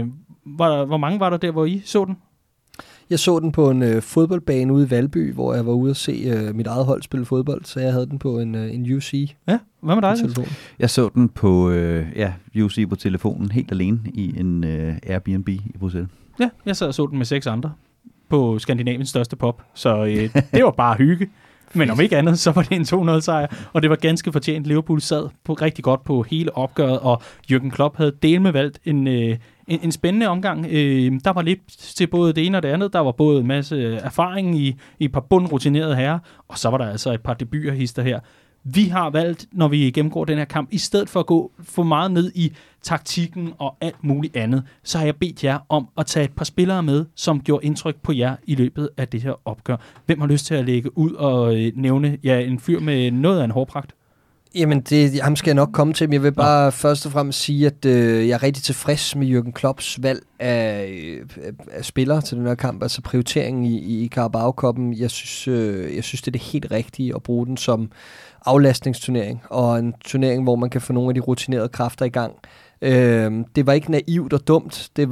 Hvor mange var der, hvor I så den? Jeg så den på en fodboldbane ude i Valby, hvor jeg var ude at se mit eget hold spille fodbold, så jeg havde den på en UC. Ja, hvad med dig? Jeg så den på UC på telefonen, helt alene i en Airbnb i Bruxelles. Ja, jeg sad og så den med 6 andre på Skandinaviens største pop, så det var bare hygge. Men om ikke andet, så var det en 2-0-sejr, og det var ganske fortjent. Liverpool sad rigtig godt på hele opgøret, og Jürgen Klopp havde delt med valgt en spændende omgang. Der var lidt til både det ene og det andet. Der var både en masse erfaring i et par bundrutinerede herrer, og så var der altså et par debuterhister her. Vi har valgt, når vi gennemgår den her kamp, i stedet for at gå for meget ned i taktikken og alt muligt andet, så har jeg bedt jer om at tage et par spillere med, som gjorde indtryk på jer i løbet af det her opgør. Hvem har lyst til at lægge ud og nævne en fyr med noget af en hårpragt? Jamen, ham skal jeg nok komme til, men jeg vil bare først og fremmest sige, at jeg er rigtig tilfreds med Jürgen Klopps valg af spillere til den her kamp, altså prioriteringen i Carabao-koppen. Jeg synes, det er det helt rigtige at bruge den som aflastningsturnering, og en turnering, hvor man kan få nogle af de rutinerede kræfter i gang. Det var ikke naivt og dumt. Det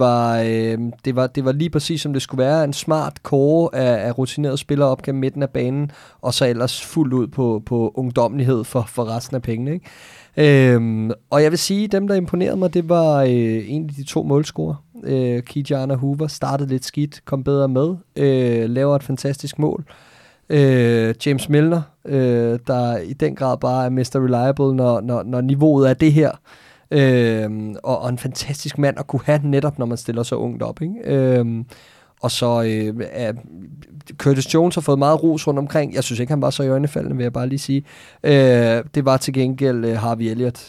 var lige præcis som det skulle være. En smart core af rutinerede spillere op gennem midten af banen, og så ellers fuldt ud på ungdommelighed for resten af pengene, ikke? Og jeg vil sige, dem der imponerede mig, det var egentlig de 2 målscorer. Ki-Jana Hoover startede lidt skidt, kom bedre med, laver et fantastisk mål. James Milner, der i den grad bare er Mr. Reliable, når niveauet er det her. Og en fantastisk mand at kunne have netop, når man stiller så ungt op, ikke? Og så Curtis Jones har fået meget ros rundt omkring. Jeg synes ikke, han var så iøjnefaldende, vil jeg bare lige sige. Det var til gengæld Harvey Elliott,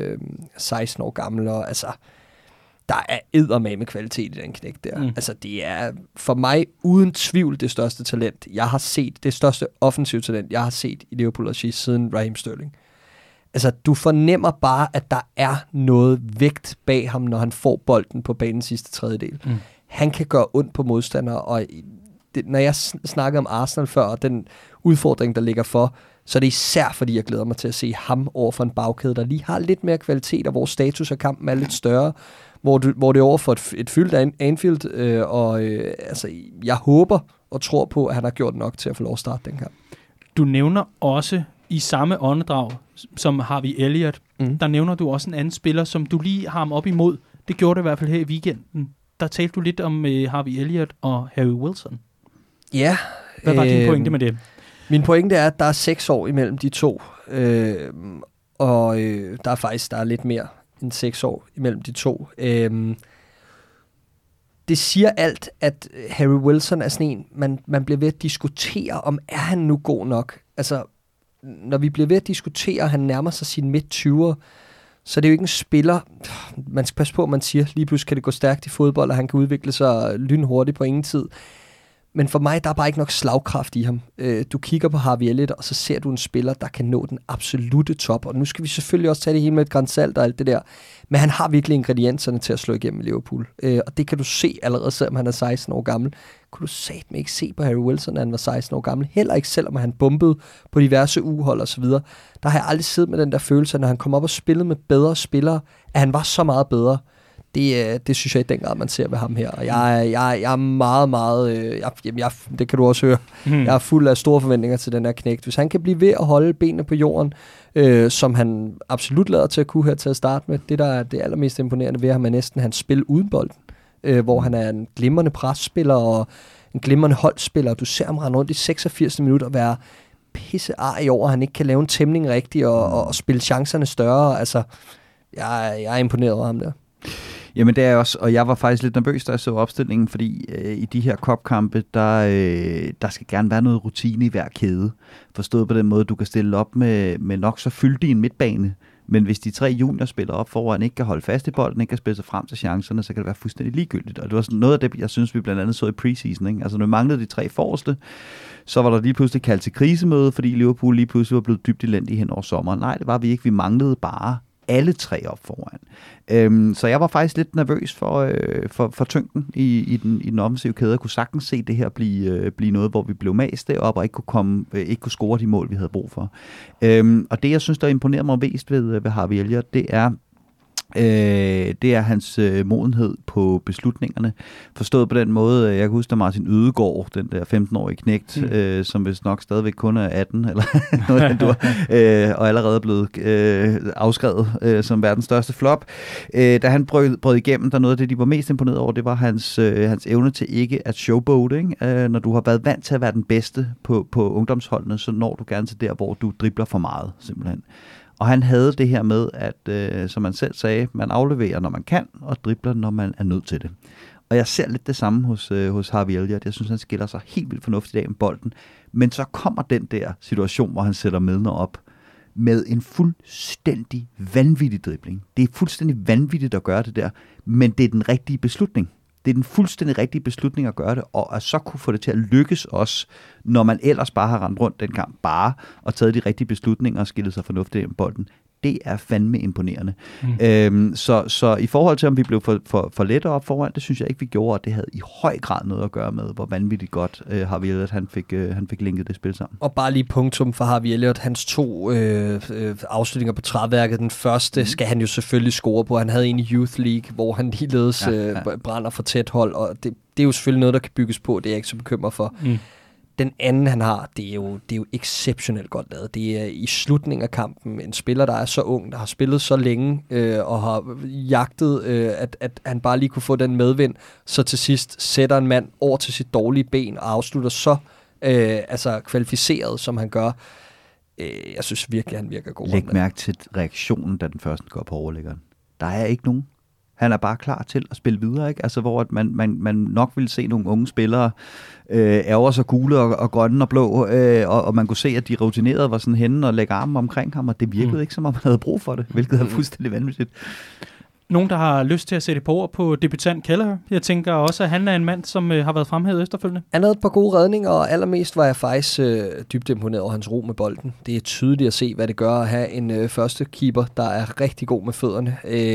16 år gammel, og altså, der er eddermame kvalitet i den knæk der. Altså, det er for mig uden tvivl det største talent, jeg har set, det største offensive talent, jeg har set i Liverpool siden Raheem Sterling. Altså, du fornemmer bare, at der er noget vægt bag ham, når han får bolden på banens sidste tredjedel. Han kan gøre ondt på modstandere, og når jeg snakker om Arsenal før, og den udfordring, der ligger for, så er det især, fordi jeg glæder mig til at se ham over for en bagkæde, der lige har lidt mere kvalitet, og hvor status af kampen er lidt større, hvor det er over for et fyldt Anfield, altså, jeg håber og tror på, at han har gjort nok til at få lov at starte den kamp. Du nævner også i samme åndedrag, som Harvey Elliott, der nævner du også en anden spiller, som du lige har ham op imod. Det gjorde det i hvert fald her i weekenden. Der talte du lidt om Harvey Elliott og Harry Wilson. Ja. Hvad var din pointe med det? Min pointe er, at der er 6 år imellem de to. Og der er lidt mere end 6 år imellem de to. Det siger alt, at Harry Wilson er sådan en, man bliver ved at diskutere, om er han nu god nok. Altså, når vi bliver ved at diskutere, og han nærmer sig sine midt-20'er, så det er jo ikke en spiller, man skal passe på, at man siger, lige pludselig kan det gå stærkt i fodbold, og han kan udvikle sig lynhurtigt på ingen tid. Men for mig, der er bare ikke nok slagkraft i ham. Du kigger på Harvey Elliott, og så ser du en spiller, der kan nå den absolute top. Og nu skal vi selvfølgelig også tage det hele med et gran salt og alt det der. Men han har virkelig ingredienserne til at slå igennem i Liverpool. Og det kan du se allerede, selvom han er 16 år gammel. Kunne du satme ikke se på Harry Wilson, da han var 16 år gammel? Heller ikke, selvom han bumpede på diverse uhold og så videre. Der har jeg aldrig siddet med den der følelse, når han kom op og spillede med bedre spillere, at han var så meget bedre. Det synes jeg i den grad, man ser ved ham her. Og jeg er meget, meget... det kan du også høre. Jeg er fuld af store forventninger til den her knægt. Hvis han kan blive ved at holde benene på jorden, som han absolut lader til at kunne her til at starte med, det der er det allermest imponerende ved ham er næsten hans spil uden bolden. Hvor han er en glimrende presspiller og en glimrende holdspiller. Du ser ham rende rundt i 86 minutter og være pissearg over, at han ikke kan lave en tæmning rigtigt og spille chancerne større. Altså, jeg er imponeret over ham der. Jamen det er også, og jeg var faktisk lidt nervøs, da jeg så opstillingen, fordi i de her cup-kampe, der skal gerne være noget rutine i hver kæde. Forstået på den måde, du kan stille op med nok så fyldig en midtbane, men hvis de 3 juniorspillere op foran ikke kan holde fast i bolden, ikke kan spille sig frem til chancerne, så kan det være fuldstændig ligegyldigt. Og det var sådan noget af det, jeg synes, vi blandt andet så i preseason. Ikke? Altså når vi manglede de 3 forreste, så var der lige pludselig kaldt til krisemøde, fordi Liverpool lige pludselig var blevet dybt elendige hen over sommeren. Nej, det var vi ikke. Vi manglede bare alle 3 op foran. Så jeg var faktisk lidt nervøs for tyngden i den offensive kæde. Jeg kunne sagtens se det her blive noget, hvor vi blev mast derop og ikke kunne score de mål, vi havde brug for. Og det, jeg synes, der imponerer mig mest ved Harvey Elliott, det er hans modenhed på beslutningerne. Forstået på den måde, jeg kan huske, at Martin Ødegaard, den der 15-årige knægt, som vist nok stadigvæk kun er 18, eller noget, og allerede er blevet afskrevet som verdens største flop. Da han brød igennem, der noget af det, de var mest imponeret over, det var hans evne til ikke at showboat. Ikke? Når du har været vant til at være den bedste på ungdomsholdene, så når du gerne til der, hvor du dribler for meget, simpelthen. Og han havde det her med, at som man selv sagde, man afleverer, når man kan, og dribler, når man er nødt til det. Og jeg ser lidt det samme hos Harvey Elliott. Jeg synes, han skiller sig helt vildt fornuftigt af med bolden. Men så kommer den der situation, hvor han sætter Milner op med en fuldstændig vanvittig dribling. Det er fuldstændig vanvittigt at gøre det der, men det er den rigtige beslutning. Det er den fuldstændig rigtige beslutning at gøre det, og at så kunne få det til at lykkes også, når man ellers bare har rendt rundt den kamp bare og taget de rigtige beslutninger og skillet sig fornuftigt af bolden. Det er fandme imponerende. Så i forhold til, om vi blev for lette op foran, det synes jeg ikke, vi gjorde, og det havde i høj grad noget at gøre med, hvor vanvittigt godt Harvey Elliott, han fik linket det spil sammen. Og bare lige punktum for Harvey Elliott, hans 2 afslutninger på træværket. Den første skal han jo selvfølgelig score på. Han havde en i Youth League, hvor han ligeledes brænder for tæt hold, og det er jo selvfølgelig noget, der kan bygges på. Det er jeg ikke så bekymret for. Den anden, han har, det er jo exceptionelt godt lavet. Det er i slutningen af kampen en spiller, der er så ung, der har spillet så længe og har jagtet, at han bare lige kunne få den medvind. Så til sidst sætter en mand over til sit dårlige ben og afslutter så kvalificeret, som han gør. Jeg synes virkelig, han virker god. Læg mærke til reaktionen, da den første går på overliggeren. Der er ikke nogen. Han er bare klar til at spille videre, ikke? Altså, hvor man nok ville se nogle unge spillere ærger sig gule og grønne og blå, og man kunne se, at de rutinerede var sådan henne og lægge armen omkring ham, og det virkede ikke, som om man havde brug for det, hvilket er fuldstændig vanvittigt. Nogen, der har lyst til at sætte på ord på debutant Kelleher. Jeg tænker også, at han er en mand, som har været fremhævet efterfølgende. Han havde et par gode redninger, og allermest var jeg faktisk dybt imponeret over hans ro med bolden. Det er tydeligt at se, hvad det gør at have en første keeper, der er rigtig god med fødderne.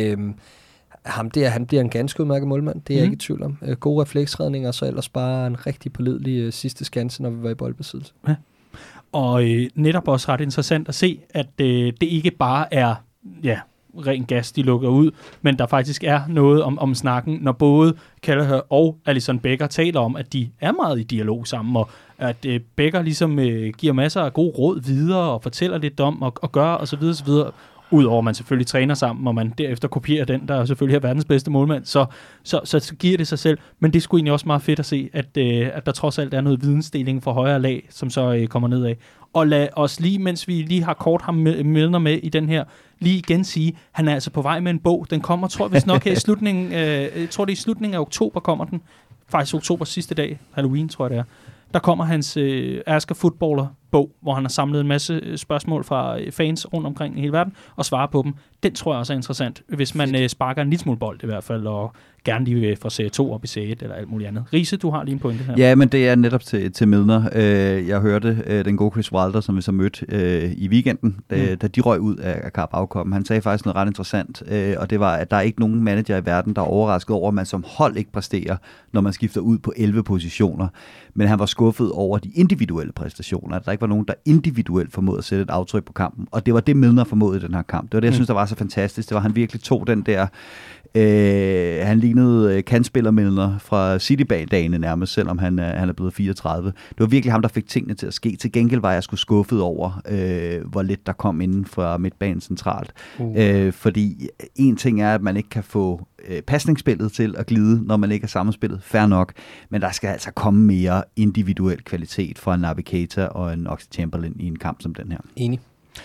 Han bliver en ganske udmærket målmand, det er jeg ikke i tvivl om. Gode refleksredninger, og så ellers bare en rigtig pålidelig sidste skanse, når vi var i boldbesiddelse. Ja. Og netop også ret interessant at se, at det ikke bare er ren gas, de lukker ud, men der faktisk er noget om snakken, når både Kelleher og Alisson Becker taler om, at de er meget i dialog sammen, og at Becker ligesom giver masser af god råd videre, og fortæller lidt om, og gør, og så videre, så videre. Udover at man selvfølgelig træner sammen, og man derefter kopierer den, der selvfølgelig er verdens bedste målmand, så giver det sig selv. Men det er sgu egentlig også meget fedt at se, at der trods alt er noget vidensdeling fra højere lag, som så kommer nedad. Og lad os lige, mens vi lige har kort ham Milner med i den her, lige igen sige, han er altså på vej med en bog. Den kommer, tror jeg vist nok her i slutningen, jeg tror det er i slutningen af oktober kommer den. Faktisk oktober sidste dag, Halloween tror jeg det er. Der kommer hans Asker Footballer-bog, hvor han har samlet en masse spørgsmål fra fans rundt omkring i hele verden, og svarer på dem. Den tror jeg også er interessant, hvis man sparker en lille smule bold i hvert fald, og gerne lige fra serie 2 op i serie 1 eller alt muligt andet. Riese, du har lige en pointe her. Ja, men det er netop til Milner. Jeg hørte den gode Chris Wilder, som vi så mødte i weekenden, da de røg ud af Carabao-koppen. Han sagde faktisk noget ret interessant, og det var, at der er ikke nogen manager i verden, der er overrasket over, at man som hold ikke præsterer, når man skifter ud på 11 positioner. Men han var skuffet over de individuelle præstationer, at der ikke var nogen, der individuelt formåede at sætte et aftryk på kampen. Og det var det, Milner formåede i den her kamp. Det var det, jeg synes, der var så fantastisk. Det var, han virkelig tog den der... han lignede kantspiller Milner fra City-dagene nærmest, selvom han er blevet 34. Det var virkelig ham, der fik tingene til at ske. Til gengæld var jeg sgu skuffet over, hvor lidt der kom inden fra midtbanen centralt. Fordi en ting er, at man ikke kan få pasningsspillet til at glide, når man ikke er sammenspillet. Fair nok. Men der skal altså komme mere individuel kvalitet fra en Navigator og en Oxlade-Chamberlain i en kamp som den her. Enig.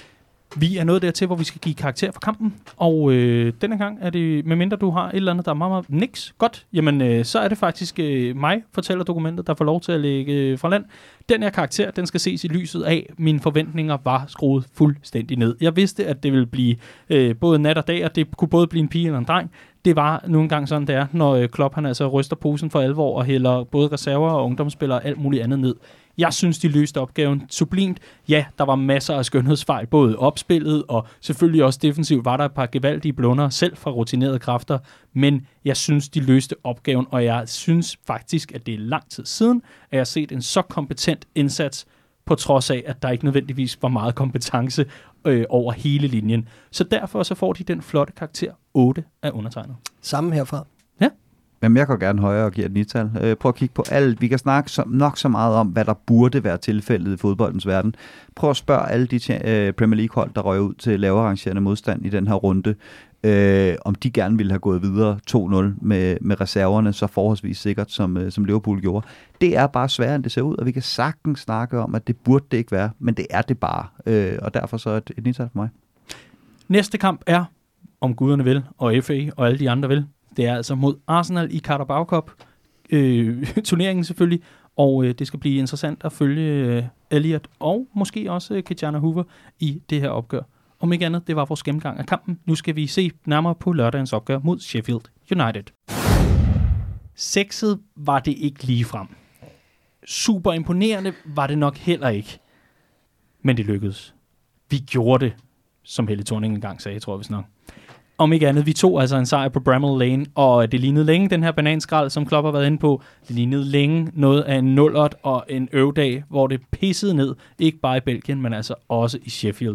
Vi er nået dertil, hvor vi skal give karakter for kampen, og denne gang er det, medmindre du har et eller andet, der er meget, meget niks godt, jamen så er det faktisk mig, fortæller dokumentet, der får lov til at lægge fra land. Den her karakter, den skal ses i lyset af, mine forventninger var skruet fuldstændig ned. Jeg vidste, at det ville blive både nat og dag, og det kunne både blive en pige eller en dreng. Det var nu engang sådan, det er, når Klopp han altså ryster posen for alvor og hælder både reserver og ungdomsspillere og alt muligt andet ned. Jeg synes, de løste opgaven sublimt. Ja, der var masser af skønhedsfejl, både opspillet og selvfølgelig også defensivt var der et par gevaldige blunder, selv fra rutinerede kræfter. Men jeg synes, de løste opgaven, og jeg synes faktisk, at det er lang tid siden, at jeg har set en så kompetent indsats, på trods af, at der ikke nødvendigvis var meget kompetence over hele linjen. Så derfor så får de den flotte karakter 8 af undertegnet. Sammen herfra. Ja. Jamen, jeg går gerne højere og giver et 9-tal. Prøv at kigge på alt. Vi kan snakke nok så meget om, hvad der burde være tilfældet i fodboldens verden. Prøv at spørge alle de Premier League-hold, der røg ud til lavere rangerende modstand i den her runde, om de gerne ville have gået videre 2-0 med reserverne så forholdsvis sikkert, som Liverpool gjorde. Det er bare sværere, end det ser ud, og vi kan sagtens snakke om, at det burde det ikke være, men det er det bare. Og derfor så et 9-tal for mig. Næste kamp er, om guderne vil, og FA og alle de andre vil. Det er altså mod Arsenal i Carabao Cup. Turneringen selvfølgelig, og det skal blive interessant at følge Elliot og måske også Kijana Hoover i det her opgør. Om ikke andet, det var vores gennemgang af kampen. Nu skal vi se nærmere på lørdagens opgør mod Sheffield United. 6'et var det ikke lige frem. Super imponerende var det nok heller ikke. Men det lykkedes. Vi gjorde det, som Helle Thorning engang sagde, tror jeg vist nok. Om ikke andet, vi tog altså en sejr på Bramall Lane, og det lignede længe den her bananskrald, som Klopp har været inde på. Det lignede længe noget af en 0'ert og en øvdag, hvor det pissede ned, ikke bare i Belgien, men altså også i Sheffield.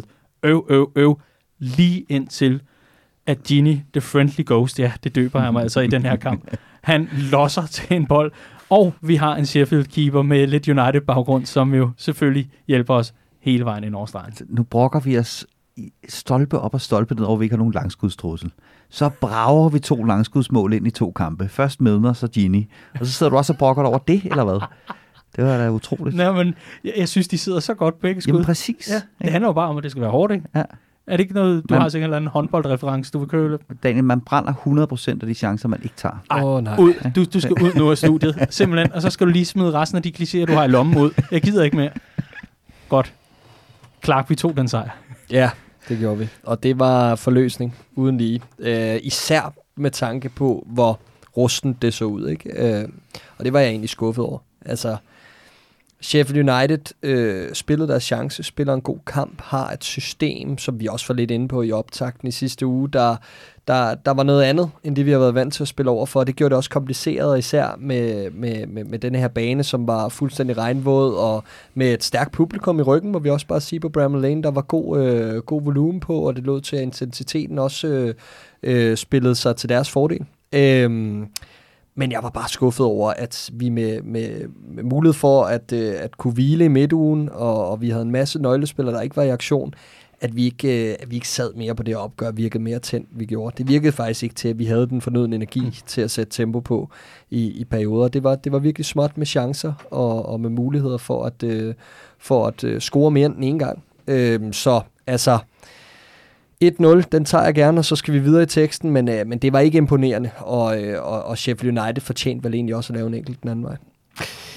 Lige indtil at Gini, the friendly ghost, ja, det døber han altså i den her kamp. Han losser til en bold, og vi har en Sheffield-keeper med lidt United-baggrund, som jo selvfølgelig hjælper os hele vejen ind over stregen. Nu brokker vi os stolpe op og stolpe ned, over vi ikke har nogen langskudstrussel. Så brager vi 2 langskudsmål ind i 2 kampe. Først Milner, så Gini. Og så sidder du også og brokker over det, eller hvad? Det var da utroligt. Nej, men jeg synes, de sidder så godt begge skud. Jamen præcis. Ja, det handler jo bare om, at det skal være hårdt, ikke? Ja. Er det ikke noget, du har sikkert en eller anden håndboldreference, du vil køle? Daniel, man brænder 100% af de chancer, man ikke tager. Nej. Ud. Du skal ud nu af studiet, simpelthen. Og så skal du lige smide resten af de klichéer, du har i lommen ud. Jeg gider ikke mere. Godt. Clark, vi tog den sejr. Ja, det gjorde vi. Og det var forløsning uden lige. Især med tanke på, hvor rusten det så ud, ikke? Og det var jeg egentlig skuffet over. Altså, Sheffield United spillede deres chance, spiller en god kamp, har et system, som vi også var lidt inde på i optakten i sidste uge, der var noget andet, end det vi har været vant til at spille over for. Det gjorde det også kompliceret, især med denne her bane, som var fuldstændig regnvåd, og med et stærkt publikum i ryggen, må vi også bare sige på Bramall Lane, der var god volumen på, og det lod til, at intensiteten også spillede sig til deres fordel. Men jeg var bare skuffet over, at vi med mulighed for at kunne hvile i midtugen, og vi havde en masse nøglespillere, der ikke var i aktion, at vi ikke sad mere på det opgør, virkede mere tændt, vi gjorde. Det virkede faktisk ikke til, at vi havde den fornødne energi til at sætte tempo på i perioder. Det var virkelig småt med chancer og med muligheder for at score mere end den ene gang. Så altså 1-0, den tager jeg gerne, og så skal vi videre i teksten, men det var ikke imponerende, og Sheffield United fortjente vel egentlig også at lave en enkelt den anden vej.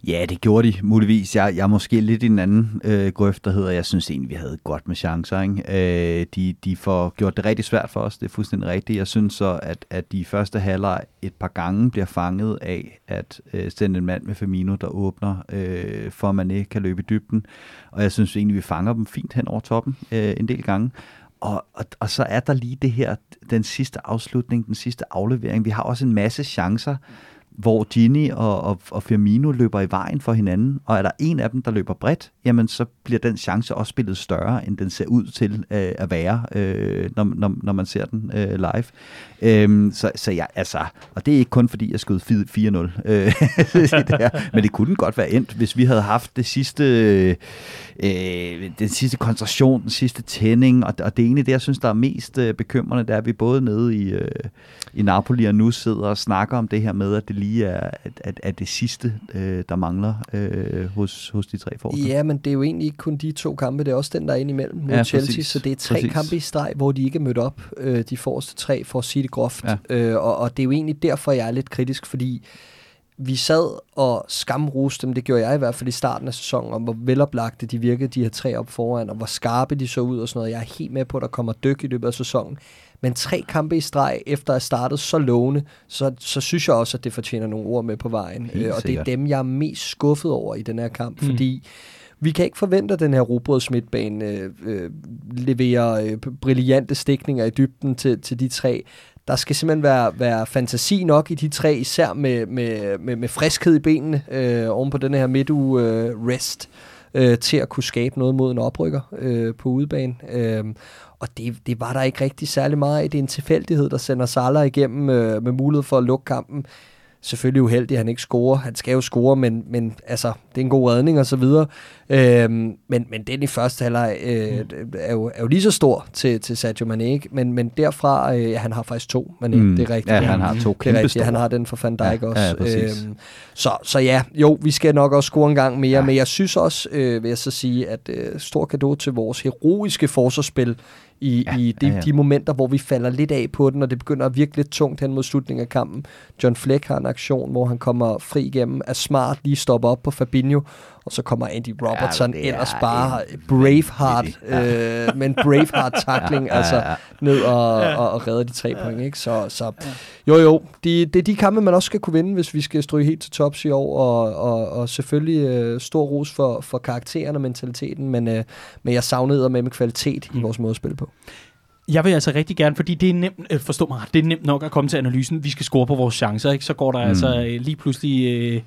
Ja, det gjorde de muligvis. Jeg er måske lidt i en anden grøft, der hedder, jeg synes egentlig, vi havde godt med chancer. Ikke? De får gjort det rigtig svært for os, det er fuldstændig rigtigt. Jeg synes så, at de i første halvleg et par gange bliver fanget af at sende en mand med Firmino, der åbner, for at Mané kan løbe i dybden. Og jeg synes egentlig, vi fanger dem fint hen over toppen en del gange. Og så er der lige det her, den sidste afslutning, den sidste aflevering. Vi har også en masse chancer, hvor Gini og Firmino løber i vejen for hinanden, og er der en af dem, der løber bredt, jamen så bliver den chance også spillet større, end den ser ud til at være, når man ser den live. Så ja, altså, og det er ikke kun fordi, jeg skød 4-0, men det kunne den godt være endt, hvis vi havde haft det sidste, den sidste koncentration, den sidste tænding, og det er egentlig det, jeg synes, der er mest bekymrende, det er, at vi både nede i Napoli og nu sidder og snakker om det her med, at det lige er det sidste, der mangler hos de tre forsvar. Ja, men det er jo egentlig ikke kun de 2 kampe, det er også den, der er inde imellem mod Chelsea, præcis. Så det er 3 kampe i streg, hvor de ikke er mødt op, de forreste 3, for at sige det groft. Ja. Og det er jo egentlig derfor, jeg er lidt kritisk, fordi vi sad og skamroste dem, det gjorde jeg i hvert fald i starten af sæsonen, om hvor veloplagte de virkede, de her 3 op foran, og hvor skarpe de så ud og sådan noget. Jeg er helt med på, at der kommer dyk i løbet af sæsonen. Men 3 kampe i streg, efter at have startet så lovende, så synes jeg også, at det fortjener nogle ord med på vejen. Og det er dem, jeg er mest skuffet over i den her kamp, fordi vi kan ikke forvente, at den her Robrøds midtbane leverer brillante stikninger i dybden til de 3. Der skal simpelthen være fantasi nok i de 3, især med friskhed i benene oven på den her midtuge rest, til at kunne skabe noget mod en oprykker på udebane. Og det var der ikke rigtig særlig meget af. Det er en tilfældighed, der sender Salah igennem med mulighed for at lukke kampen. Selvfølgelig uheldig, at han ikke scorer. Han skal jo score, men altså, det er en god redning og så videre. Men den i første halvleg er jo lige så stor til Sadio Mané. Men derfra, han har faktisk 2. Mané, det er rigtigt. Ja, han har 2 kæmpe store. Han har den for Van Dijk også. Så ja, jo, vi skal nok også score en gang mere. Men jeg synes også, vil jeg så sige, at stor cadeau til vores heroiske forsvarsspil i de momenter, hvor vi falder lidt af på den, og det begynder at virke lidt tungt hen mod slutningen af kampen. John Fleck har en aktion, hvor han kommer fri igennem, er smart, lige stopper op på Fabinho, og så kommer Andy Robertson ellers bare Braveheart, med en Braveheart-tackling, ned og redder de 3 point. Ikke? Så det er de kampe, man også skal kunne vinde, hvis vi skal stryge helt til tops i år, og selvfølgelig stor ros for karakteren og mentaliteten, men jeg savnede med kvalitet i vores måde at spille på. Jeg vil altså rigtig gerne, fordi det er nemt, forstå mig, det er nemt nok at komme til analysen, vi skal score på vores chancer, ikke? Så går der altså lige pludselig,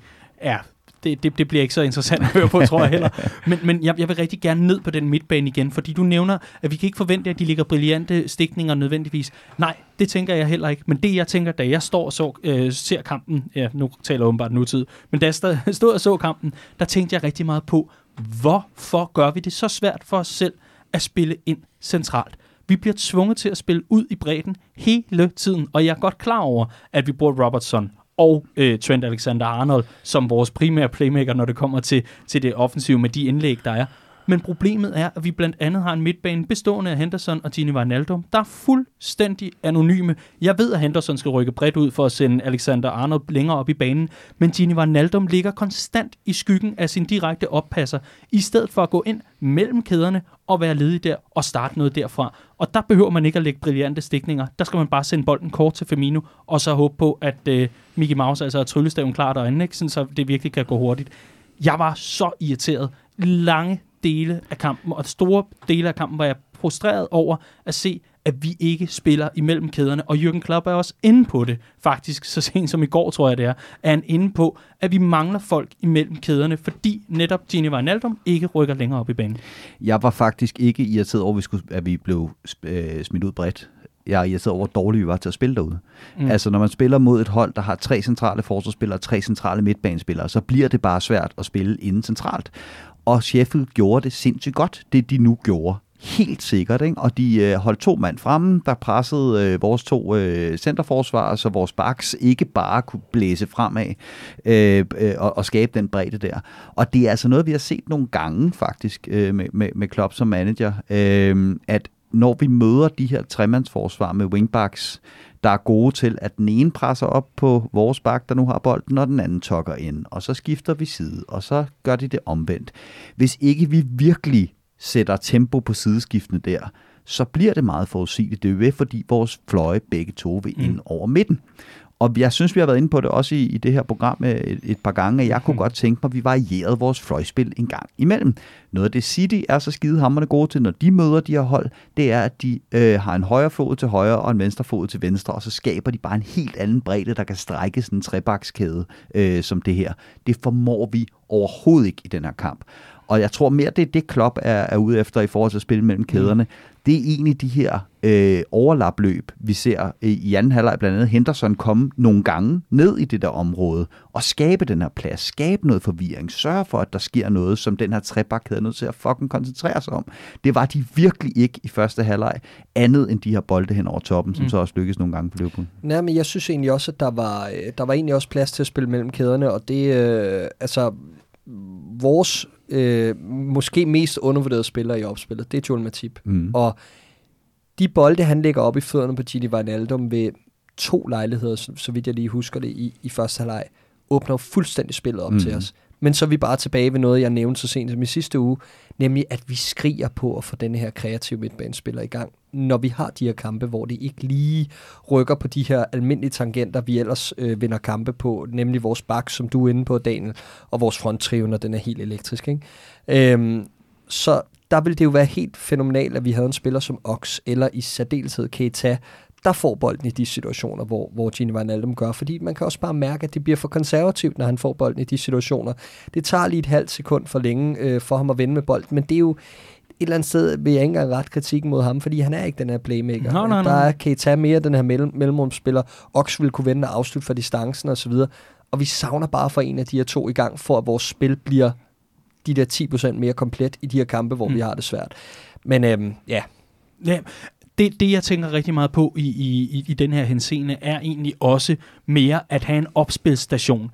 det bliver ikke så interessant at høre på, tror jeg heller. Men jeg vil rigtig gerne ned på den midtbane igen, fordi du nævner, at vi kan ikke forvente, at de ligger brillante stikninger nødvendigvis. Nej, det tænker jeg heller ikke. Men det jeg tænker, da jeg står og ser kampen, nu taler jeg åbenbart nutid, men da jeg stod og så kampen, der tænkte jeg rigtig meget på, hvorfor gør vi det så svært for os selv at spille ind centralt? Vi bliver tvunget til at spille ud i bredden hele tiden, og jeg er godt klar over, at vi bruger Robertson og Trent Alexander-Arnold som vores primære playmaker, når det kommer til det offensive med de indlæg, der er. Men problemet er, at vi blandt andet har en midtbane bestående af Henderson og Gini Wijnaldum, der er fuldstændig anonyme. Jeg ved, at Henderson skal rykke bredt ud for at sende Alexander-Arnold længere op i banen, men Gini Wijnaldum ligger konstant i skyggen af sin direkte oppasser, i stedet for at gå ind mellem kæderne og være ledig der og starte noget derfra. Og der behøver man ikke at lægge brillante stikninger. Der skal man bare sende bolden kort til Firmino, og så håbe på, at Mickey Mouse altså er tryllestaven klar derinde, ikke? Sådan, så det virkelig kan gå hurtigt. Jeg var så irriteret. Lange dele af kampen, og store dele af kampen var jeg frustreret over at se, at vi ikke spiller imellem kæderne, og Jürgen Klopp er også inde på det, faktisk, så sent som i går, tror jeg det er han inde på, at vi mangler folk imellem kæderne, fordi netop Gini Wijnaldum ikke rykker længere op i banen. Jeg var faktisk ikke irriteret over, at vi blev smidt ud bredt. Jeg er irriteret over, hvor dårlige vi var til at spille derude. Altså, når man spiller mod et hold, der har 3 centrale forsvarsspillere og 3 centrale midtbanespillere, så bliver det bare svært at spille inden centralt. Og Sheffield gjorde det sindssygt godt, det de nu gjorde. Helt sikkert, ikke? Og de holdt 2 mand fremme, der pressede vores 2 centerforsvarer, så vores backs ikke bare kunne blæse fremad og skabe den bredde der. Og det er altså noget, vi har set nogle gange faktisk med Klopp som manager, at når vi møder de her tremandsforsvar med wingbacks, der er gode til, at den ene presser op på vores bak, der nu har bolden, og den anden tokker ind, og så skifter vi side, og så gør de det omvendt. Hvis ikke vi virkelig sætter tempo på sideskiftene der, så bliver det meget forudsigeligt. Det er jo fordi vores fløje begge to vil ind over midten. Og jeg synes, vi har været inde på det også i det her program et par gange, at jeg kunne godt tænke mig, at vi varierede vores fløjspil en gang imellem. Noget af det City er så skidehamrende gode til, når de møder de her hold, det er, at de har en højre fod til højre og en venstre fod til venstre, og så skaber de bare en helt anden bredde, der kan strække sådan en trebakskæde som det her. Det formår vi overhovedet ikke i den her kamp. Og jeg tror mere, det Klopp er ude efter i forhold til at spille mellem kæderne. Det er egentlig de her overlapløb, vi ser i anden halvleg, blandt andet Henderson komme nogle gange ned i det der område og skabe den her plads, skabe noget forvirring, sørge for, at der sker noget, som den her trebakkæde er nødt til at fucking koncentrere sig om. Det var de virkelig ikke i første halvleg, andet end de her bolde hen over toppen, som så også lykkes nogle gange for Liverpool. Nej, men jeg synes egentlig også, at der var egentlig også plads til at spille mellem kæderne, og det, vores måske mest undervurderede spiller i opspillet, det er Joel Matip. Og de bolde, han lægger op i fødderne på Gini Wijnaldum ved 2 lejligheder, så vidt jeg lige husker det, i første halvleg, åbner fuldstændig spillet op til os. Men så er vi bare tilbage ved noget, jeg nævnte så sent som i sidste uge, nemlig at vi skriger på at få denne her kreative midtbanespiller i gang, når vi har de her kampe, hvor det ikke lige rykker på de her almindelige tangenter, vi ellers vinder kampe på, nemlig vores bak, som du er inde på, Daniel, og vores fronttrio, når den er helt elektrisk. Ikke? Så der ville det jo være helt fænomenalt, at vi havde en spiller som Ox, eller i særdeleshed Keita, der får bolden i de situationer, hvor Gini Wijnaldum gør, fordi man kan også bare mærke, at det bliver for konservativt, når han får bolden i de situationer. Det tager lige et halvt sekund for længe for ham at vende med bolden, men det er jo et eller andet sted, vil jeg ikke engang ret kritikken mod ham, fordi han er ikke den her playmaker. No. Der er Keita mere den her mellemrumsspiller. Ox vil kunne vende og afslutte for distancen osv., og vi savner bare for en af de her 2 i gang, for at vores spil bliver de der 10% mere komplet i de her kampe, hvor vi har det svært. Men ja. Det, jeg tænker rigtig meget på i den her henseende, er egentlig også mere at have en opspilstation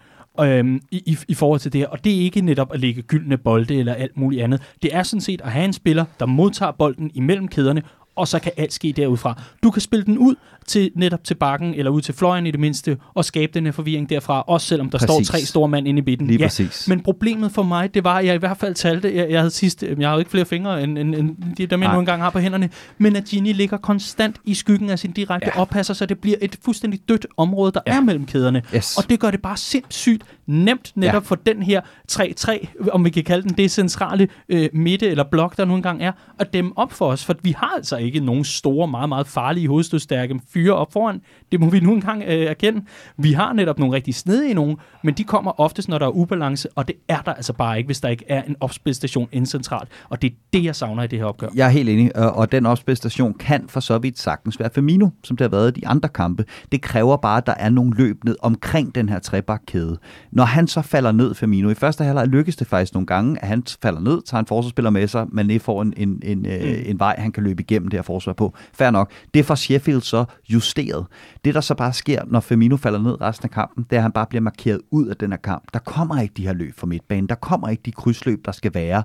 i forhold til det her. Og det er ikke netop at lægge gyldne bolde eller alt muligt andet. Det er sådan set at have en spiller, der modtager bolden imellem kæderne, og så kan alt ske derudfra. Du kan spille den ud netop til bakken, eller ud til fløjen i det mindste, og skabe den her forvirring derfra, også selvom der står 3 store mand inde i midten. Lige præcis. Men problemet for mig, det var, at jeg i hvert fald talte, jeg havde ikke flere fingre, end de der mænd nu engang har på hænderne, men at Gini ligger konstant i skyggen af sin direkte oppasser, så det bliver et fuldstændig dødt område, der er mellem kæderne. Yes. Og det gør det bare sindssygt nemt netop for den her 3-3, om vi kan kalde den det centrale midte eller blok, der nu engang er, at dæmme op for os, for vi har altså ikke nogen store, meget, meget farlige, hovedstødstærke fyre op foran. Det må vi nu engang erkende. Vi har netop nogle rigtig snedige nogen, men de kommer oftest, når der er ubalance, og det er der altså bare ikke, hvis der ikke er en opspilstation indcentralt. Og det er det, jeg savner i det her opgør. Jeg er helt enig, og den opspilstation kan for så vidt sagtens være Firmino, som det har været i de andre kampe. Det kræver bare, at der er nogle løb ned omkring den her trebakkæde. Når han så falder ned, Firmino, i første halvleg lykkes det faktisk nogle gange, at han falder ned, tager en forsvarsspiller med sig, men det får en vej, han kan løbe igennem det her forsvar på. Fair nok. Det får Sheffield så justeret. Det, der så bare sker, når Firmino falder ned resten af kampen, det er, at han bare bliver markeret ud af den her kamp. Der kommer ikke de her løb fra midtbanen. Der kommer ikke de krydsløb, der skal være.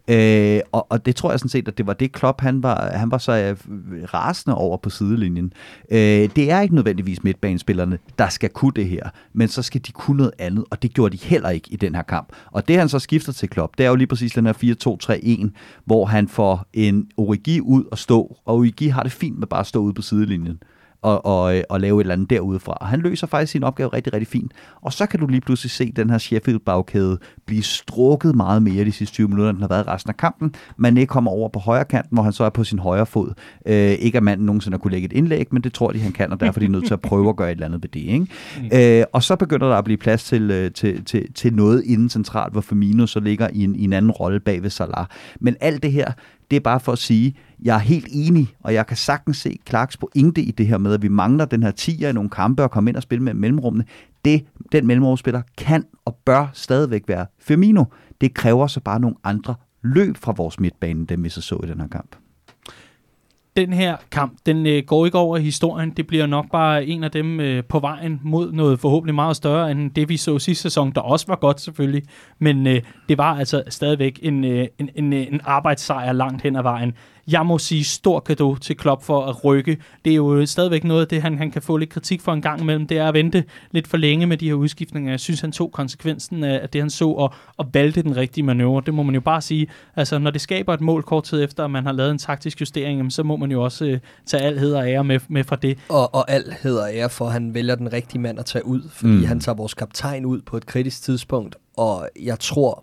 Og det tror jeg sådan set, at det var det Klopp, han var så rasende over på sidelinjen. Det er ikke nødvendigvis midtbanespillerne, der skal kunne det her, men så skal de kunne noget andet, og det gjorde de heller ikke i den her kamp. Og det, han så skifter til Klopp, det er jo lige præcis den her 4-2-3-1, hvor han får en Origi ud og stå, og Origi har det fint med bare at stå ude på sidelinjen og lave et eller andet derudefra. Og han løser faktisk sin opgave rigtig, rigtig fint. Og så kan du lige pludselig se den her Sheffield-bagkæde blive strukket meget mere de sidste 20 minutter, end den har været resten af kampen. Mané kommer over på højre kanten, hvor han så er på sin højre fod. Ikke at manden nogensinde har kunne lægge et indlæg, men det tror de, han kan, og derfor er de nødt til at prøve at gøre et eller andet ved det. Ikke? Og så begynder der at blive plads til noget inden centralt, hvor Firmino så ligger i en anden rolle bag ved Salah. Men alt det her, det er bare for at sige, jeg er helt enig, og jeg kan sagtens se Clarks pointe i det her med, at vi mangler den her 10'er i nogle kampe og komme ind og spille med mellemrummene. Den mellemrumspiller kan og bør stadigvæk være Firmino. Det kræver så bare nogle andre løb fra vores midtbane, dem vi så i den her kamp. Den her kamp, den går ikke over i historien. Det bliver nok bare en af dem på vejen mod noget forhåbentlig meget større end det, vi så sidste sæson, der også var godt selvfølgelig. Men det var altså stadigvæk en arbejdssejr langt hen ad vejen. jeg må sige stor cadeau til Klopp for at rykke. Det er jo stadigvæk noget af det, han kan få lidt kritik for en gang imellem, det er at vente lidt for længe med de her udskiftninger. Jeg synes, han tog konsekvensen af det, han så, og valgte den rigtige manøvre. Det må man jo bare sige. Altså, når det skaber et mål kort tid efter, at man har lavet en taktisk justering, så må man jo også tage al heder og ære med fra det. Og al heder og ære for, at han vælger den rigtige mand at tage ud, fordi han tager vores kaptajn ud på et kritisk tidspunkt, og jeg tror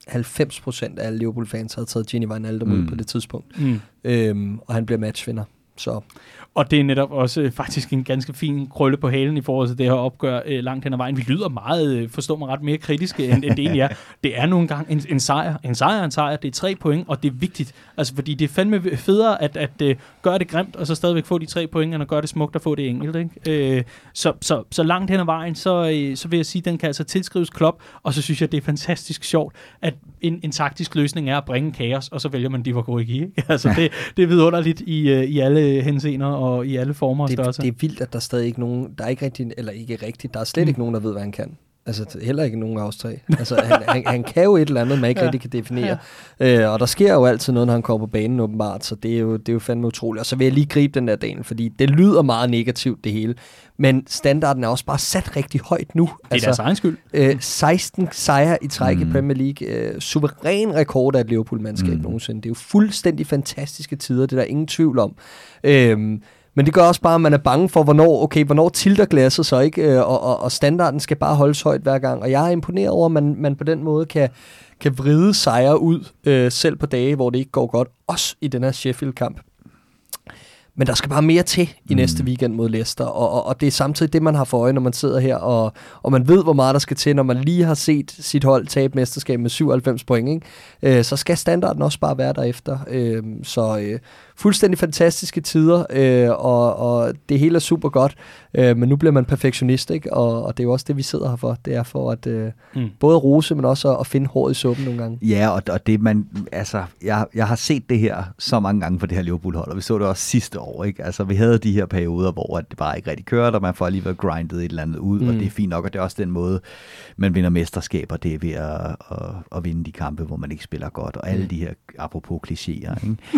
90% af alle Liverpool-fans havde taget Gini Wijnaldum ud på det tidspunkt. Og han bliver matchvinder. Så. Og det er netop også faktisk en ganske fin krølle på halen i forhold til det her opgør langt hen ad vejen. Vi lyder meget, forstår mig ret, mere kritiske, end det egentlig er. Det er nu engang en sejr. En sejr er en sejr. Det er 3 point, og det er vigtigt. Altså, fordi det er fandme federe at gøre det grimt, og så stadigvæk få de 3 point, end at gøre det smukt og få det enkelt. Ikke? Så langt hen ad vejen, så vil jeg sige, at den kan altså tilskrives Klopp, og så synes jeg, det er fantastisk sjovt, at en taktisk løsning er at bringe kaos, og så vælger man Divock Origi. Altså, det er vidunderligt i alle henseender og i alle former og størrelser. Det er vildt, at der stadig ikke nogen, der er ikke rigtig, eller ikke rigtigt, der er slet ikke nogen, der ved, hvad han kan. Altså heller ikke nogen afstræk. Altså han kan jo et eller andet, man ikke rigtig kan definere. Og der sker jo altid noget, når han kommer på banen åbenbart, så det er jo fandme utroligt. Og så vil jeg lige gribe den der dagen, fordi det lyder meget negativt det hele, men standarden er også bare sat rigtig højt nu. Det er deres egen skyld. 16 sejre i træk i Premier League. Suveræn rekord af et Liverpool-mandskab nogensinde. Det er jo fuldstændig fantastiske tider, det er der ingen tvivl om. Men det gør også bare, at man er bange for, hvornår tilter glasset så ikke, og standarden skal bare holdes højt hver gang. Og jeg er imponeret over, at man på den måde kan vride sejre ud, selv på dage, hvor det ikke går godt, også i den her Sheffield-kamp. Men der skal bare mere til i næste weekend mod Leicester, og det er samtidig det, man har for øje, når man sidder her, og man ved, hvor meget der skal til, når man lige har set sit hold tabe mesterskab med 97 point, ikke? Så skal standarden også bare være derefter. Så fuldstændig fantastiske tider, og det hele er super godt, men nu bliver man perfektionist, ikke? Og det er jo også det, vi sidder her for. Det er for at både rose, men også at finde håret i suppen nogle gange. Ja, og det man, altså, jeg har set det her så mange gange for det her Liverpool-hold, og vi så det også sidste år, ikke? Altså, vi havde de her perioder, hvor det bare ikke rigtig kørte, og man får alligevel grindet et eller andet ud, og det er fint nok, og det er også den måde, man vinder mesterskaber, det er ved at vinde de kampe, hvor man ikke spiller godt, og alle de her, apropos klichéer,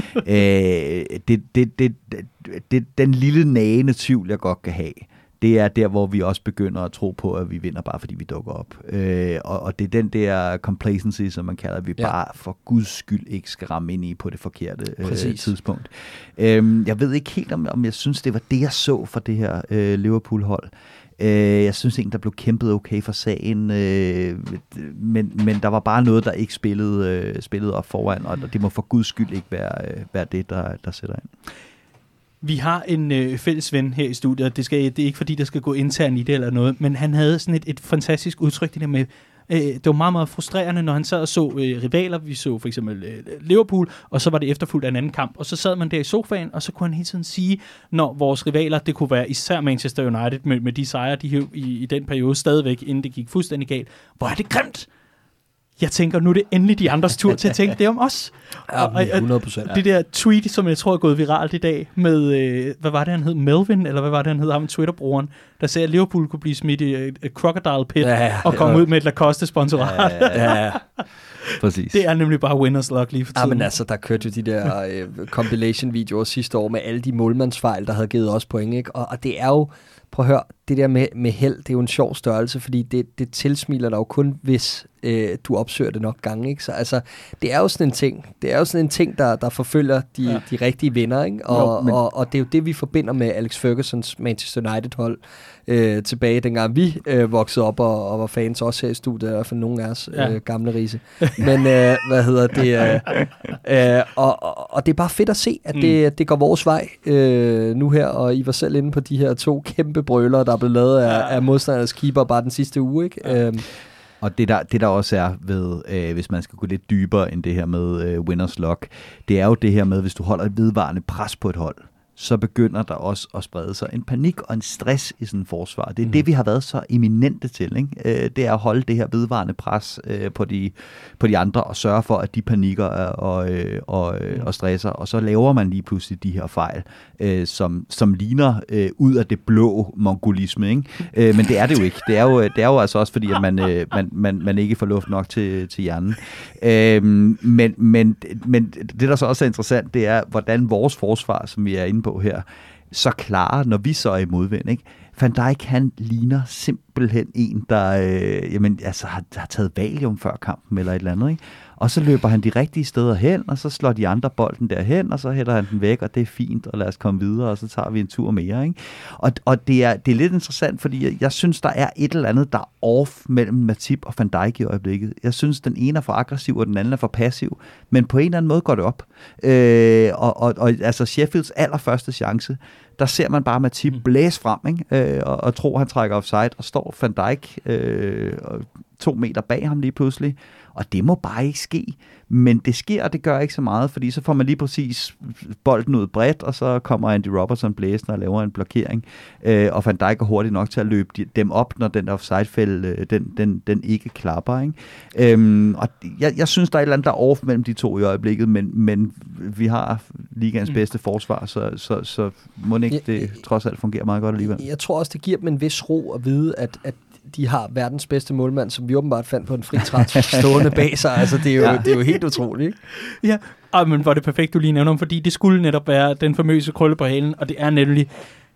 ikke? Den lille nagende tvivl, jeg godt kan have, det er der, hvor vi også begynder at tro på, at vi vinder bare fordi vi dukker op. Og det er den der complacency, som man kalder, at vi bare for guds skyld ikke skal ramme ind i på det forkerte tidspunkt. Jeg ved ikke helt, om jeg synes, det var det, jeg så for det her Liverpool-hold. Jeg synes ikke, der blev kæmpet okay for sagen, men der var bare noget, der ikke spillede op foran, og det må for guds skyld ikke være det, der sætter ind. Vi har en fælles ven her i studiet, det er ikke fordi, der skal gå internt i det eller noget, men han havde sådan et fantastisk udtryk, det der med, det var meget, meget frustrerende, når han sad og så rivaler. Vi så for eksempel Liverpool, og så var det efterfulgt af en anden kamp. Og så sad man der i sofaen, og så kunne han hele tiden sige, når vores rivaler, det kunne være især Manchester United med de sejre, de hæv i den periode stadigvæk, inden det gik fuldstændig galt. Hvor er det grimt! Jeg tænker, nu er det endelig de andres tur til at tænke det om os. Ja, 100%. Det der tweet, som jeg tror er gået viralt i dag, med, hvad var det, han hed? Melvin, eller hvad var det, han hed? Ham Twitter-brugeren, der sagde, at Liverpool kunne blive smidt i et crocodile pit, og komme ud med et Lacoste-sponsorat. Ja. Præcis. Det er nemlig bare winners luck lige for tiden. Ja, men altså, der kørte jo de der compilation-videoer sidste år med alle de målmandsfejl, der havde givet os point, ikke? Og det er jo, prøv at høre, det der med held, det er jo en sjov størrelse, fordi det tilsmiler dig jo kun, hvis du opsøger det nok gange, ikke? Så altså, det er jo sådan en ting. Det er jo sådan en ting, der forfølger de rigtige vinder, ikke? Og det er jo det, vi forbinder med Alex Fergusons Manchester United-hold tilbage, dengang vi voksede op og var fans også her i studiet, i hvert fald nogle af os gamle rise. Men og det er bare fedt at se, at det går vores vej nu her, og I var selv inde på de her 2 kæmpe brøler, der er blevet lavet af modstanders keeper bare den sidste uge, ikke? Og det der også er ved, hvis man skal gå lidt dybere end det her med winners luck, det er jo det her med, hvis du holder et vedvarende pres på et hold, så begynder der også at sprede sig en panik og en stress i sådan et forsvar. Det er det, vi har været så eminente til, ikke? Det er at holde det her vedvarende pres på de andre og sørge for, at de panikker og stresser, og så laver man lige pludselig de her fejl, som ligner ud af det blå mongolisme, ikke? Men det er det jo ikke. Det er jo altså også fordi, at man ikke får luft nok til hjernen. Men det, der så også er interessant, det er, hvordan vores forsvar, som vi er inde på her, så klarer, når vi så er i modvind, ikke? Van Dijk, han ligner simpelthen en, der har taget valium før kampen eller et eller andet, ikke? Og så løber han de rigtige steder hen, og så slår de andre bolden derhen, og så hætter han den væk, og det er fint, og lad os komme videre, og så tager vi en tur mere, ikke? Og det er lidt interessant, fordi jeg synes, der er et eller andet, der er off mellem Matip og Van Dijk i øjeblikket. Jeg synes, den ene er for aggressiv, og den anden er for passiv, men på en eller anden måde går det op. Og altså Sheffields allerførste chance, der ser man bare Matip blæse frem, ikke? Og tror, han trækker offside, og står Van Dijk 2 meter bag ham lige pludselig. Og det må bare ikke ske. Men det sker, og det gør ikke så meget, fordi så får man lige præcis bolden ud bredt, og så kommer Andy Robertson blæsende og laver en blokering. Og Van Dijk er hurtigt nok til at løbe dem op, når den offside-fælde, den ikke klapper, ikke? Og jeg synes, der er et eller andet, der er off mellem de to i øjeblikket, men vi har ligaens bedste forsvar, så må ikke det trods alt fungere meget godt alligevel. Jeg tror også, det giver dem en vis ro at vide, at de har verdens bedste målmand, som vi åbenbart fandt på en fri transfer stående bag sig. Altså, det er jo helt utroligt, ikke? Ja, men var det perfekt, du lige nævner om, fordi det skulle netop være den famøse krølle på halen, og det er nemlig...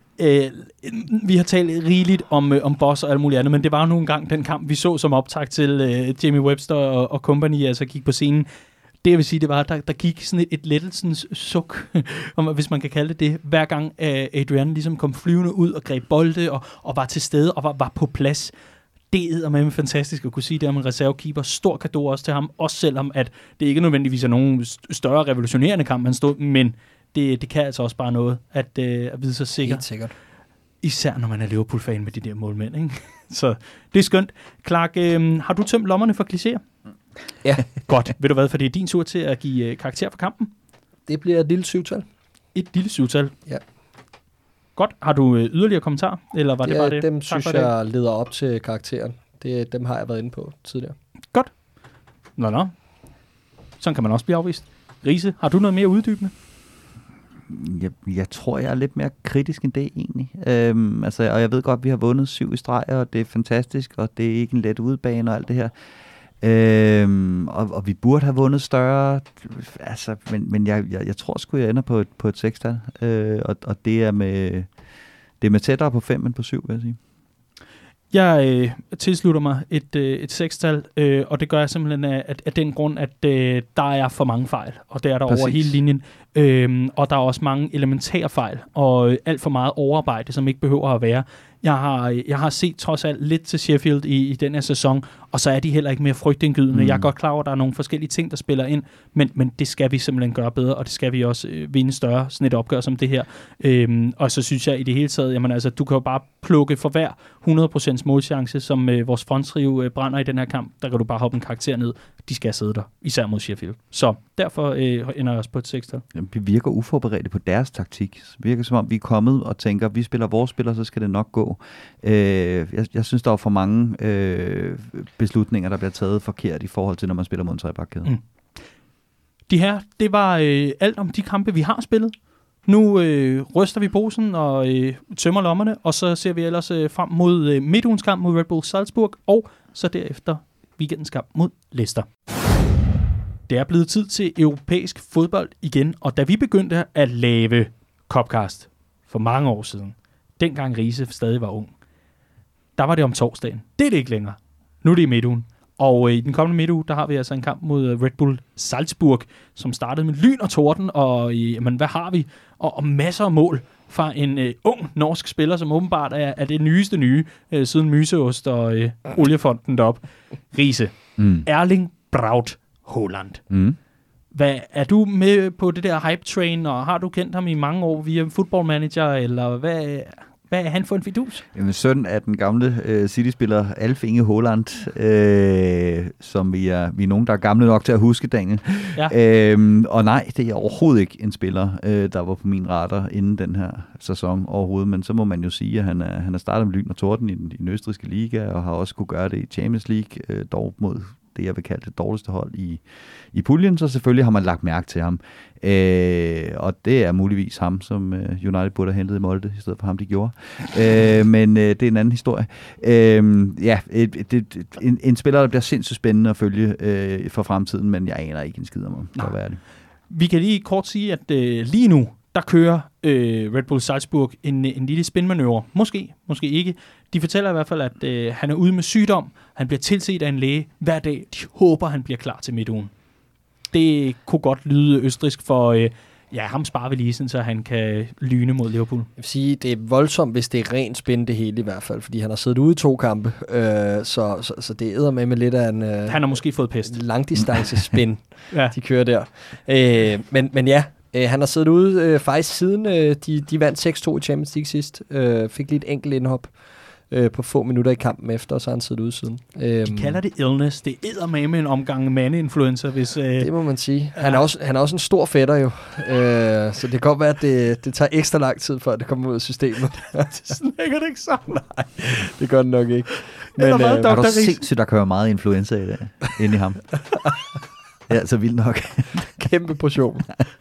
vi har talt rigeligt om Boss og alt muligt andet, men det var nu engang den kamp, vi så som optakt til Jamie Webster og company, altså gik på scenen. Det jeg vil sige, det var, at der gik sådan et lettelsens suk, hvis man kan kalde det, hver gang Adrian ligesom kom flyvende ud og greb bolde og var til stede og var på plads. Det er med fantastisk at kunne sige det om en reservekeeper. Stor cadeau også til ham, også selvom at det ikke nødvendigvis er nogen større revolutionerende kamp, han stod, men det kan altså også bare noget at vide sig sikker. Helt sikkert. Især når man er Liverpool-fan med de der målmænd, ikke? Så det er skønt. Clark, har du tømt lommerne for klichéer? Ja. Godt. Ved du hvad, for det er din tur til at give karakter for kampen? Det bliver et lille 7-tal. Et lille 7-tal? Ja. Godt. Har du yderligere kommentarer? Eller var det bare det? Dem synes jeg leder op til karakteren. Dem har jeg været inde på tidligere. Godt. Nå. Sådan kan man også blive afvist. Riese, har du noget mere uddybende? Jeg tror, jeg er lidt mere kritisk end det egentlig. Og jeg ved godt, at vi har vundet 7 i streg, og det er fantastisk, og det er ikke en let udbane og alt det her. Og vi burde have vundet større, altså, men jeg tror sgu, jeg ender på et 6-tal, og det er med tættere på 5 end på 7, vil jeg sige. Jeg tilslutter mig et 6-tal, og det gør jeg simpelthen af den grund, at der er for mange fejl, og det er der over hele linjen. Og der er også mange elementære fejl, og alt for meget overarbejde, som ikke behøver at være. Jeg har set trods alt lidt til Sheffield i den her sæson, og så er de heller ikke mere frygtindgydende. Jeg er godt klar over, at der er nogle forskellige ting, der spiller ind, men det skal vi simpelthen gøre bedre, og det skal vi også vinde større sådan et opgør som det her. Og så synes jeg i det hele taget, jamen altså, du kan jo bare plukke for hver 100% målchance, som vores fronttrio brænder i den her kamp, der kan du bare hoppe en karakter ned. De skal sidde der, især mod Sheffield. Så derfor ender jeg også på et 6-tal. Vi virker uforberedte på deres taktik. Det virker som om, vi er kommet og tænker, vi spiller vores spiller, så skal det nok gå. Jeg synes, der er for mange beslutninger, der bliver taget forkert i forhold til, når man spiller mod en trebakkæde. Det var alt om de kampe, vi har spillet. Nu ryster vi posen og tømmer lommerne, og så ser vi ellers frem mod midtugens kamp mod Red Bull Salzburg, og så derefter weekendens kamp mod Leicester. Det er blevet tid til europæisk fodbold igen, og da vi begyndte at lave Copcast for mange år siden, dengang Riese stadig var ung, der var det om torsdagen. Det er det ikke længere. Nu er det i midtugen. Og i den kommende midtuge, der har vi altså en kamp mod Red Bull Salzburg, som startede med lyn og torden, og hvad har vi? Og masser af mål fra en ung norsk spiller, som åbenbart er det nyeste nye, siden Myseost og Oliefonden deroppe. Riese. Erling Braut Haaland. Hvad, er du med på det der hype train, og har du kendt ham i mange år via Football Manager, eller hvad Hvad er han for en fidus? Jamen, søn af den gamle City-spiller Alf Inge Haaland, som vi er nogen, der er gamle nok til at huske, Daniel. Ja. Og nej, det er overhovedet ikke en spiller, der var på min radar inden den her sæson overhovedet, men så må man jo sige, at han er startet med lyn og torden i den østrigske liga, og har også kunne gøre det i Champions League, dog mod det, jeg vil kalde det dårligste hold i puljen, så selvfølgelig har man lagt mærke til ham. Og det er muligvis ham, som United burde have hentet i Molde, i stedet for ham, de gjorde. Men det er en anden historie. En spiller, der bliver sindssygt spændende at følge for fremtiden, men jeg aner ikke en skid om ham, for at være det. Vi kan lige kort sige, at lige nu, der kører Red Bull Salzburg en lille spinmanøvre. Måske ikke. De fortæller i hvert fald, at han er ude med sygdom. Han bliver tilset af en læge hver dag. De håber, han bliver klar til midtugen. Det kunne godt lyde østrigsk for... ham sparer vi lige, så han kan lyne mod Liverpool. Jeg vil sige, det er voldsomt, hvis det er rent spin det hele i hvert fald, fordi han har siddet ude i 2 kampe, så det æder med lidt af en... han har måske fået pest. Langdistance-spin, ja. De kører der. Men ja, han har siddet ude faktisk siden de vandt 6-2 i Champions League sidst. Fik lige et enkelt indhop på få minutter i kampen efter, og så har han siddet ude siden. De kalder det illness. Det æder med en omgang mandeinfluencer, hvis... Det må man sige. Han er også en stor fætter jo. Så det kan godt være, at det tager ekstra lang tid, før det kommer ud af systemet. Det snakker det ikke sammen. Nej, det gør det nok ikke. Men er du sindssygt, der kører meget influencer i det, inde i ham? Ja, så vildt nok. Kæmpe portion.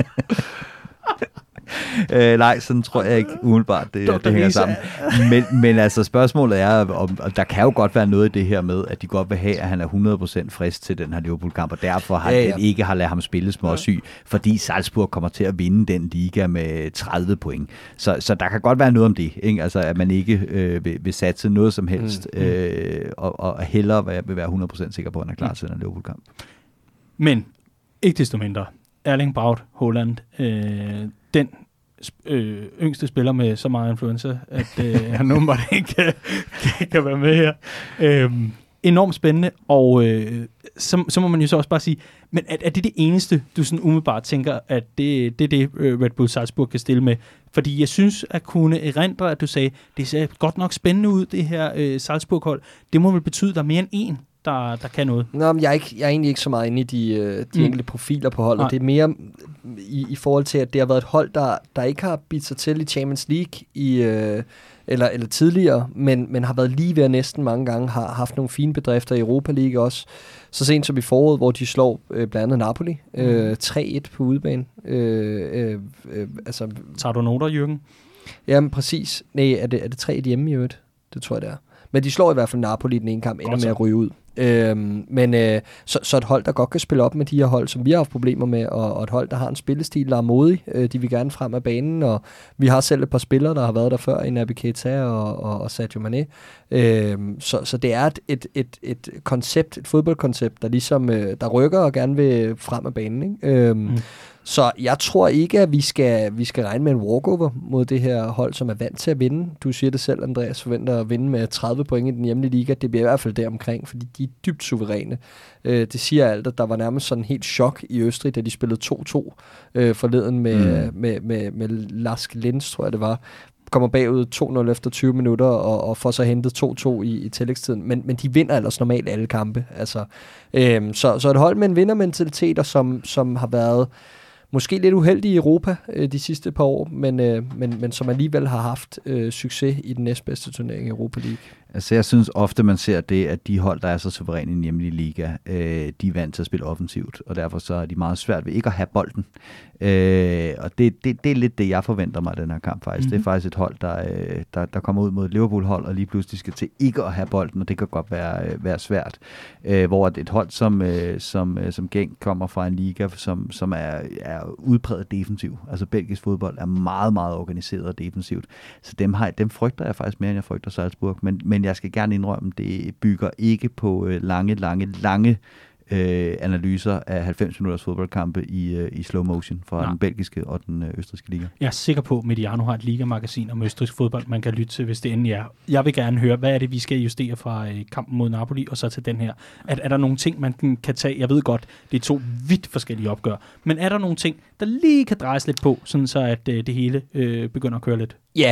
Nej, sådan tror jeg ikke umiddelbart, det hænger sammen. Men altså spørgsmålet er, og der kan jo godt være noget i det her med, at de godt vil have, at han er 100% frisk til den her Liverpool-kamp, og derfor har den ikke har ladet ham spille småsyg, fordi Salzburg kommer til at vinde den liga med 30 point. Så der kan godt være noget om det, ikke? Altså at man ikke vil satse noget som helst, og hellere vil være 100% sikker på, at han er klar til den Liverpool-kamp. Men ikke desto mindre. Erling Braut Haaland, den yngste spiller med så meget influencer, at han nummer ikke kan være med her. Enormt spændende, og så må man jo så også bare sige, men er det det eneste, du sådan umiddelbart tænker, at det er det, Red Bull Salzburg kan stille med? Fordi jeg synes at kunne erindre, at du sagde, det ser godt nok spændende ud, det her Salzburg-hold. Det må vel betyde, at der er mere end en, der kan noget. Nå, men jeg er egentlig ikke så meget inde i de enkelte profiler på holdet. Nej. Det er mere i forhold til, at det har været et hold, der ikke har bidt sig til i Champions League eller tidligere, men har været lige ved at næsten mange gange, har haft nogle fine bedrifter i Europa League også. Så sent som i foråret, hvor de slår blandt andet Napoli 3-1 på udebane. Tager du noter, Jürgen? Jamen præcis. Nej, er det 3-1 hjemme i øvrigt? Det tror jeg, det er. Men de slår i hvert fald Napoli i den ene kamp, ender med at ryge ud. Så et hold, der godt kan spille op med de her hold, som vi har haft problemer med, og et hold, der har en spillestil, der er modig. De vil gerne frem af banen, og vi har selv et par spillere, der har været der før, i Naby Keita og Sadio Mané. Så det er et koncept, et fodboldkoncept, der ligesom der rykker og gerne vil frem af banen, ikke? Så jeg tror ikke, at vi skal regne med en walkover mod det her hold, som er vant til at vinde. Du siger det selv, Andreas, forventer at vinde med 30 point i den hjemlige liga. Det bliver i hvert fald deromkring, fordi de er dybt suveræne. Det siger alt, at der var nærmest sådan en helt chok i Østrig, da de spillede 2-2 forleden med Lask Linz, tror jeg det var. Kommer bagud 2-0 efter 20 minutter og får så hentet 2-2 i tillægstiden. Men de vinder ellers normalt alle kampe. Altså, så et hold med en vindermentalitet, og som har været måske lidt uheldige i Europa de sidste par år, men som alligevel har haft succes i den næstbedste turnering i Europa League. Altså jeg synes ofte, man ser det, at de hold, der er så suveræne i den hjemlige liga, de er vant til at spille offensivt, og derfor så er de meget svært ved ikke at have bolden. Og det er lidt det, jeg forventer mig af den her kamp faktisk. Det er faktisk et hold, der kommer ud mod et Liverpool-hold, og lige pludselig skal til ikke at have bolden, og det kan godt være svært. Hvor et hold som Genk kommer fra en liga, som er udpræget defensiv. Altså belgisk fodbold er meget, meget organiseret og defensivt. Så dem frygter jeg faktisk mere, end jeg frygter Salzburg. Men jeg skal gerne indrømme, det bygger ikke på lange analyser af 90 minutters fodboldkampe i slow motion fra den belgiske og den østrigske liga. Jeg er sikker på, at Mediano har et ligamagasin om østrigsk fodbold, man kan lytte til, hvis det endelig er. Jeg vil gerne høre, hvad er det, vi skal justere fra kampen mod Napoli, og så til den her. Er der nogle ting, man kan tage? Jeg ved godt, det er 2 vidt forskellige opgør, men er der nogle ting, der lige kan drejes lidt på, sådan så at det hele begynder at køre lidt? Ja.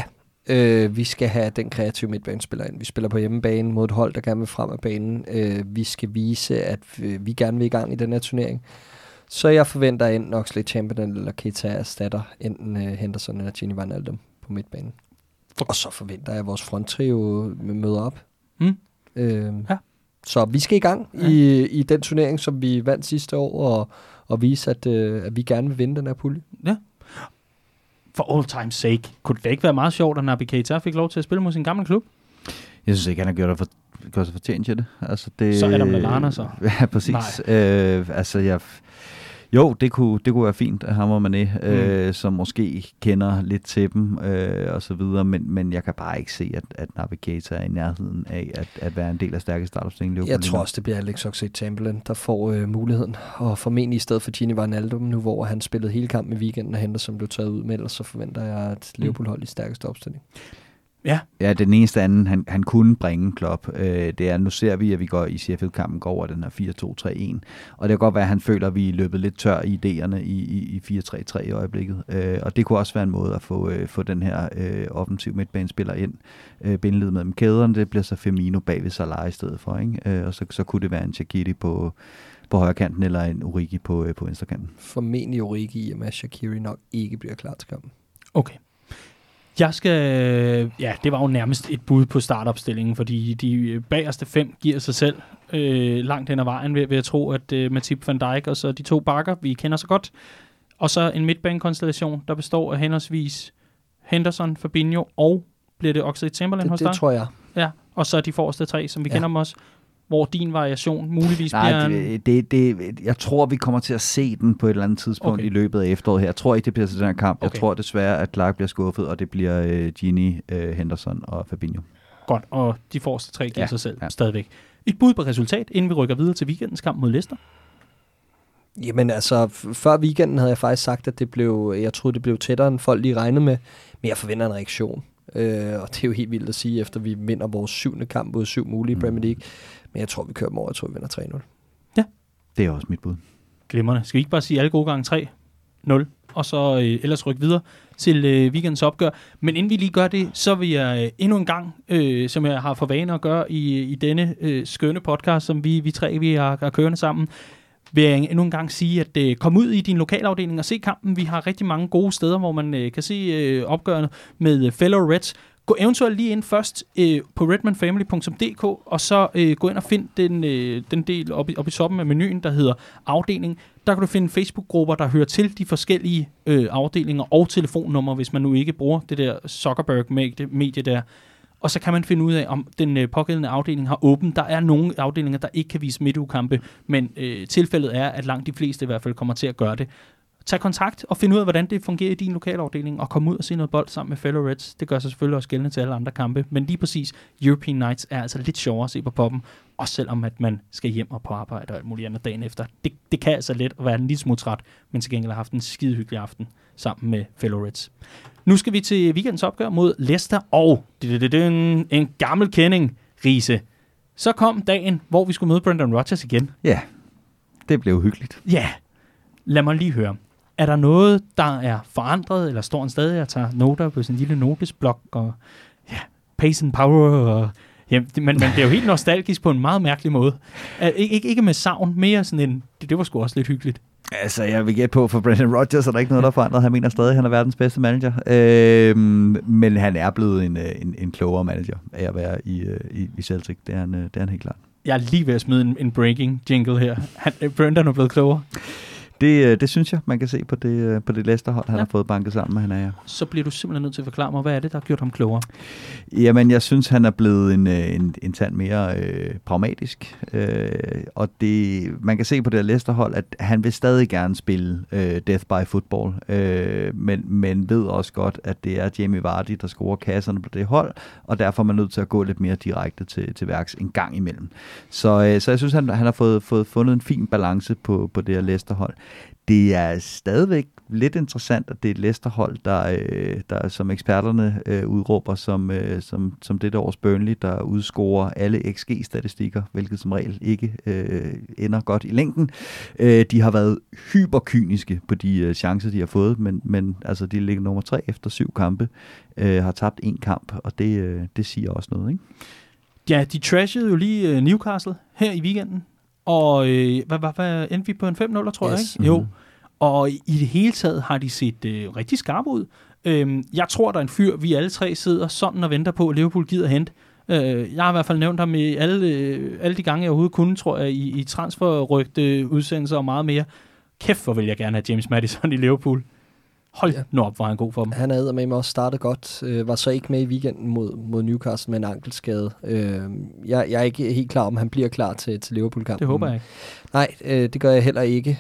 Vi skal have den kreative midtbanespiller ind. Vi spiller på hjemmebane mod et hold, der gerne vil frem af banen. Vi skal vise, at vi gerne vil i gang i den her turnering. Så jeg forventer enten Oxlade Chamberlain eller Keita erstatter enten Henderson eller Gini Wijnaldum på midtbanen. Og så forventer jeg, at vores fronttrio møder op. Ja. Så vi skal i gang i den turnering, som vi vandt sidste år, og vise, at vi gerne vil vinde den her pulje. Ja. For all time's sake, kunne det ikke være meget sjovt, at Naby Keita fik lov til at spille mod sin gamle klub? Jeg synes ikke, han har gjort sig fortjent til det. Altså, det. Så Adam Lallana så? Ja, præcis. Jo, det kunne være fint, at ham og Mané, som måske kender lidt til dem, og så videre, men jeg kan bare ikke se, at Naby Keita er i nærheden af at være en del af stærke startopstillingen. Jeg tror også, det bliver Alex Oxlade-Chamberlain, der får muligheden, og formentlig i stedet for Gini Wijnaldum, nu hvor han spillede hele kampen i weekenden, og Henderson blev taget ud med, ellers så forventer jeg, at Liverpool holder i stærkeste opstilling. Ja, den eneste anden, han kunne bringe Klopp, det er, nu ser vi, at vi går i Sheffield-kampen, går over den her 4-2-3-1, og det kan godt være, at han føler, at vi er løbet lidt tør i idéerne i 4-3-3 i øjeblikket, og det kunne også være en måde at få den her offensiv midtbanespiller ind, bindeledet mellem kæderne, det bliver så Firmino bag ved Salah i stedet for, ikke? Og så kunne det være en Shaqiri på højre kanten, eller en Origi på venstre kanten. Formentlig Origi, i og med at Shaqiri nok ikke bliver klar til kampen. Okay. Det var jo nærmest et bud på startopstillingen, fordi de bagerste 5 giver sig selv langt hen ad vejen ved at tro, at Matip van Dijk og så de 2 bakker, vi kender så godt, og så en midtbanekonstellation, der består af henholdsvis Henderson, Fabinho og bliver det Oxlade Chamberlain hos dig? Det tror jeg. Ja, og så de forreste 3, som vi kender dem også. Hvor din variation muligvis bliver jeg tror, vi kommer til at se den på et eller andet tidspunkt i løbet af efteråret her. Jeg tror ikke, det bliver til den her kamp. Jeg tror desværre, at Clark bliver skuffet, og det bliver Gini, Henderson og Fabinho. Godt, og de forreste 3 giver sig selv stadigvæk. Et bud på resultat, inden vi rykker videre til weekendens kamp mod Leicester? Jamen altså, før weekenden havde jeg faktisk sagt, at jeg troede, det blev tættere, end folk lige regnede med. Men jeg forventer en reaktion. Og det er jo helt vildt at sige, efter vi vinder vores 7. kamp mod 7 mulige i Premier League. Men jeg tror, vi kører dem over. Jeg tror, vi vinder 3-0. Ja. Det er også mit bud. Glimrende. Skal vi ikke bare sige alle gode gange 3-0, og så ellers rykke videre til weekendens opgør. Men inden vi lige gør det, så vil jeg endnu en gang, som jeg har for vane at gøre i denne skønne podcast, som vi 3 har kørende sammen, vil jeg endnu en gang sige, at kom ud i din lokalafdeling og se kampen. Vi har rigtig mange gode steder, hvor man kan se opgørende med fellow Reds. Gå eventuelt lige ind først på redmanfamily.dk, og så gå ind og find den del op i toppen af menuen, der hedder afdeling. Der kan du finde Facebook-grupper, der hører til de forskellige afdelinger og telefonnumre, hvis man nu ikke bruger det der Zuckerberg-medie der. Og så kan man finde ud af, om den pågældende afdeling har åbent. Der er nogle afdelinger, der ikke kan vise midtugekampe, men tilfældet er, at langt de fleste i hvert fald kommer til at gøre det. Tag kontakt og find ud af, hvordan det fungerer i din lokalafdeling, og kom ud og se noget bold sammen med fellow Reds. Det gør sig selvfølgelig også gældende til alle andre kampe, men lige præcis European Nights er altså lidt sjovere at se på poppen, også selvom at man skal hjem og på arbejde og alt muligt andet dagen efter. Det kan altså let at være en lille smule træt, men til gengæld har haft en skide hyggelig aften sammen med fellow Reds. Nu skal vi til weekendens opgør mod Leicester, og en gammel kending, Riese. Så kom dagen, hvor vi skulle møde Brendan Rodgers igen. Ja, det blev hyggeligt. Ja, lad mig lige høre. Er der noget, der er forandret, eller står han stadig og tager noter på sin lille notesblok, og pace and power, og man bliver jo helt nostalgisk på en meget mærkelig måde. Ikke med savn, mere sådan en, det var sgu også lidt hyggeligt. Altså, jeg vil gætte på, for Brendan Rodgers er der ikke noget, der er forandret. Han mener stadig, at han er verdens bedste manager. Men han er blevet en klogere manager af at være i Celtic. Det er han helt klart. Jeg er lige ved at smide en breaking jingle her. Brendan er blevet klogere. Det synes jeg, man kan se på det Leicester-hold, han har fået banket sammen med, han er. Så bliver du simpelthen nødt til at forklare mig, hvad er det, der har gjort ham klogere? Jamen, jeg synes, han er blevet en tand mere pragmatisk. Og man kan se på det Leicester-hold, at han vil stadig gerne spille death by football. Men ved også godt, at det er Jamie Vardy, der scorer kasserne på det hold, og derfor er man nødt til at gå lidt mere direkte til værks en gang imellem. Så jeg synes, han har fået fundet en fin balance på det Leicester-hold. det er stadigvæk lidt interessant, at det er et Leicester-hold, der som eksperterne udråber som dette års Burnley, der udscorer alle XG-statistikker, hvilket som regel ikke ender godt i længden. De har været hyperkyniske på de chancer, de har fået, men altså, de ligger nummer 3 efter 7 kampe, har tabt 1 kamp, og det siger også noget, ikke? Ja, de trashede jo lige Newcastle her i weekenden, og hvad endte vi på en 5-0, tror jeg, ikke? Jo. Og i det hele taget har de set rigtig skarpe ud. Jeg tror, der er en fyr, vi alle 3 sidder sådan og venter på, at Liverpool gider hente. Jeg har i hvert fald nævnt ham i alle de gange, jeg overhovedet kunne, tror jeg, i transferrygte, udsendelser og meget mere. Kæft, hvor vil jeg gerne have James Maddison i Liverpool. Hold nu op, var han god for dem. Han er med også startet godt. Var så ikke med i weekenden mod Newcastle med en ankelskade. Jeg er ikke helt klar, om han bliver klar til Liverpool-kampen. Det håber jeg ikke. Nej, det gør jeg heller ikke.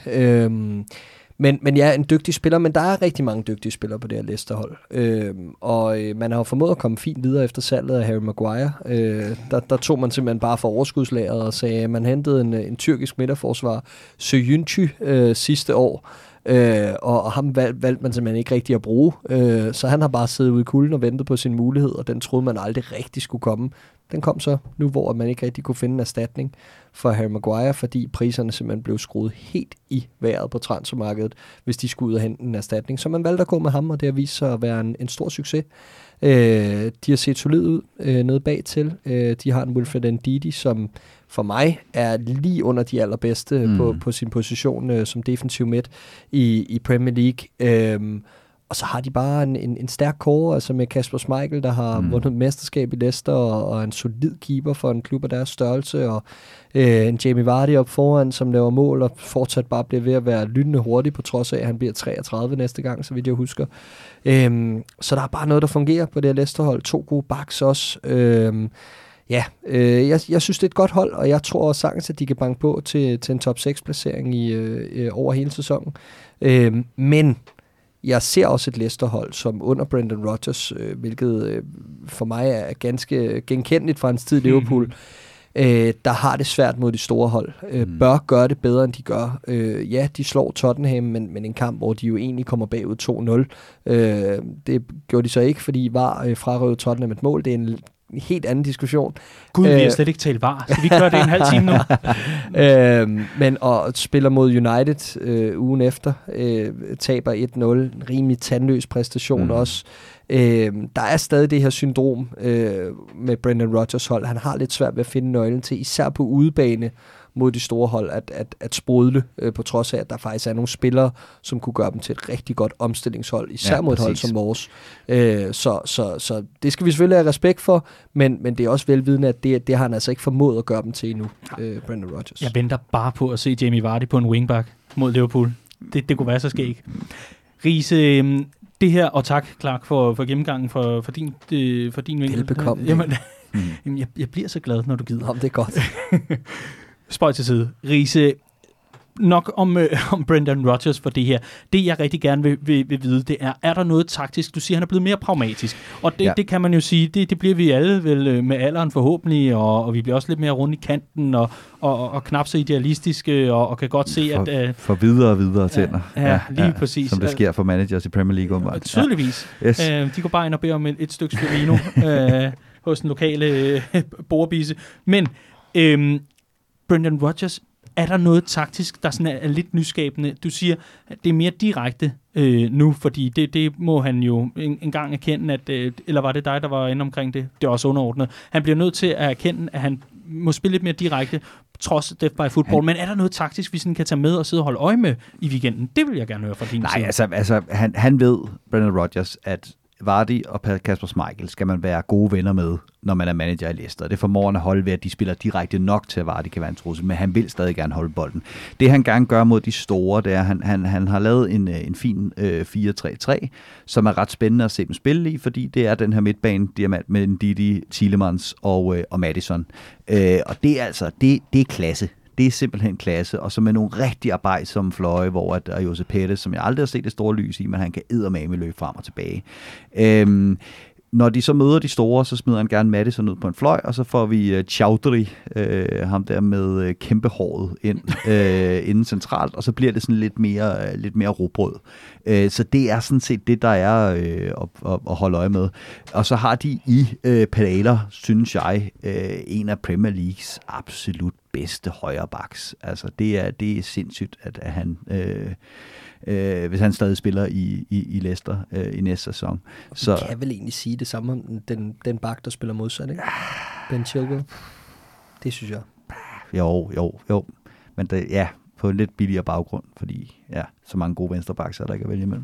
Men ja, en dygtig spiller, men der er rigtig mange dygtige spillere på det her Leicester-hold. Og man har jo formået at komme fint videre efter salget af Harry Maguire. Der tog man simpelthen bare for overskudslageret og sagde, at man hentede en tyrkisk midterforsvar, Söyüncü, sidste år. Og ham valgte man simpelthen ikke rigtig at bruge. Så han har bare siddet ude i kulden og ventet på sin mulighed, og den troede man aldrig rigtig skulle komme. Den kom så nu, hvor man ikke rigtig kunne finde en erstatning for Harry Maguire, fordi priserne simpelthen blev skruet helt i vejret på transfermarkedet, hvis de skulle ud og hente en erstatning. Så man valgte at gå med ham, og det har vist sig at være en stor succes. De har set solid ud nede bagtil. De har en Wilfred Ndidi, som for mig er lige under de allerbedste på sin position som defensiv midt i Premier League. Og så har de bare en stærk core, altså med Kasper Schmeichel, der har vundet mesterskab i Leicester, og en solid keeper for en klub af deres størrelse, og en Jamie Vardy op foran, som laver mål, og fortsat bare bliver ved at være lynende hurtig, på trods af, at han bliver 33 næste gang, så vidt jeg husker. Så der er bare noget, der fungerer på det her Leicester-hold. 2 gode backs også. Jeg synes, det er et godt hold, og jeg tror sagtens, at de kan banke på til en top 6-placering over hele sæsonen. Men jeg ser også et Leicester-hold, som under Brendan Rodgers, hvilket for mig er ganske genkendeligt fra hans tid i Liverpool, der har det svært mod de store hold. Bør gøre det bedre, end de gør. Ja, de slår Tottenham, men en kamp, hvor de jo egentlig kommer bagud 2-0. Det gjorde de så ikke, fordi VAR frarøvede Tottenham et mål. Det er en helt anden diskussion. Gud, vi har slet ikke talt VAR. Skal vi gøre det en halv time nu? Men og spiller mod United ugen efter, taber 1-0. En rimelig tandløs præstation også. Der er stadig det her syndrom med Brendan Rodgers hold. Han har lidt svært ved at finde nøglen til, især på udebane mod de store hold, at sprudle, på trods af, at der faktisk er nogle spillere, som kunne gøre dem til et rigtig godt omstillingshold, især mod et hold som vores. Så det skal vi selvfølgelig have respekt for, men det er også velvidende, at det har han altså ikke formået at gøre dem til endnu, Brendan Rodgers. Jeg venter bare på at se Jamie Vardy på en wingback mod Liverpool. Det kunne være så skægt. Riese, det her, og tak, Clark, for gennemgangen for din vinkel. Velbekomme. Jamen, jeg bliver så glad, når du gider. Det er godt. Spøj til side. Riese, nok om Brendan Rodgers for det her. Det, jeg rigtig gerne vil vide, det er der noget taktisk? Du siger, han er blevet mere pragmatisk. Og det kan man jo sige, det bliver vi alle vel med alderen forhåbentlig, og vi bliver også lidt mere rundt i kanten, og knap så idealistiske, og kan godt se, at... For videre og videre tænder. Ja, lige præcis. Som det sker for managers i Premier League. Tydeligvis. Ja. Yes. De går bare ind og beder om et stykke spirino hos den lokale bordbise. Men... Brendan Rodgers, er der noget taktisk, der sådan er lidt nyskabende? Du siger, at det er mere direkte nu, fordi det må han jo engang erkende, at, eller var det dig, der var inde omkring det? Det er også underordnet. Han bliver nødt til at erkende, at han må spille lidt mere direkte, trods Death by Football. Men er der noget taktisk, vi sådan kan tage med og sidde og holde øje med i weekenden? Det vil jeg gerne høre fra din side. Nej, altså han ved, Brendan Rodgers, at Vardy og Kasper Schmeichel skal man være gode venner med, når man er manager i Leicester. Det formår han at holde ved, at de spiller direkte nok til, at Vardy kan være en trussel, men han vil stadig gerne holde bolden. Det han gerne gør mod de store, det er, at han har lavet en fin 4-3-3, som er ret spændende at se dem spille i, fordi det er den her midtbane diamant med Ndidi, Tielemans og Maddison. Og det er altså, det er klasse. Det er simpelthen klasse, og så med nogle rigtig arbejdsomme fløje, hvor der er Jose Pérez, som jeg aldrig har set det store lys i, men han kan eddermame løbe frem og tilbage. når de så møder de store, så smider han gerne Madison ud på en fløj, og så får vi Chowdhury, ham der med kæmpe håret inden centralt, og så bliver det sådan lidt mere robrød. Så det er sådan set det, der er at holde øje med. Og så har de i Pereira, synes jeg, en af Premier Leagues absolut bedste højrebacks. Altså det er sindssygt, at han... hvis han stadig spiller i Leicester i næste sæson. Så kan jeg vel egentlig sige det samme om den bak, der spiller modsat, ikke? Ben Chilwell. Det synes jeg. Jo. Men det, på en lidt billigere baggrund, fordi så mange gode venstrebacks er der ikke at vælge imellem.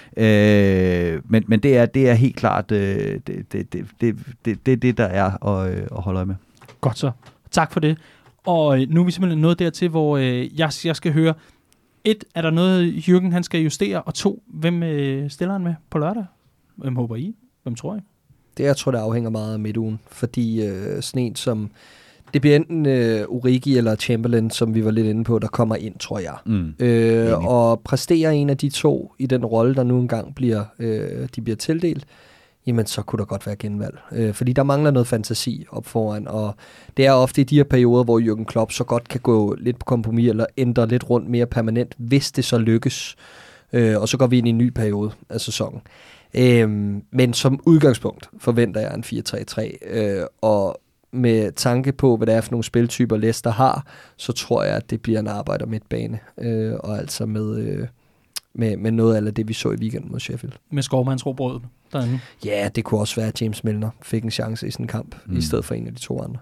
Men det er helt klart det der er at holde øje med. Godt så. Tak for det. Og nu er vi simpelthen nået dertil, hvor jeg skal høre 1. Er der noget, Jürgen han skal justere? Og 2. Hvem stiller han med på lørdag? Hvem håber I? Hvem tror I? Jeg tror, det afhænger meget af midtugen. Fordi sådan en som... Det bliver enten Origi eller Chamberlain, som vi var lidt inde på, der kommer ind, tror jeg. Og præsterer en af de to i den rolle, der nu engang bliver tildelt, jamen så kunne der godt være genvalg. Fordi der mangler noget fantasi op foran, og det er ofte i de her perioder, hvor Jürgen Klopp så godt kan gå lidt på kompromis, eller ændre lidt rundt mere permanent, hvis det så lykkes. Og så går vi ind i en ny periode af sæsonen. Men som udgangspunkt forventer jeg en 4-3-3, og med tanke på, hvad det er for nogle spiltyper Leicester har, så tror jeg, at det bliver en arbejder midtbane, og altså med noget af det, vi så i weekenden mod Sheffield. Med skovmandsrobrødet derinde. Ja, det kunne også være, at James Milner fik en chance i sådan en kamp, i stedet for en af de to andre.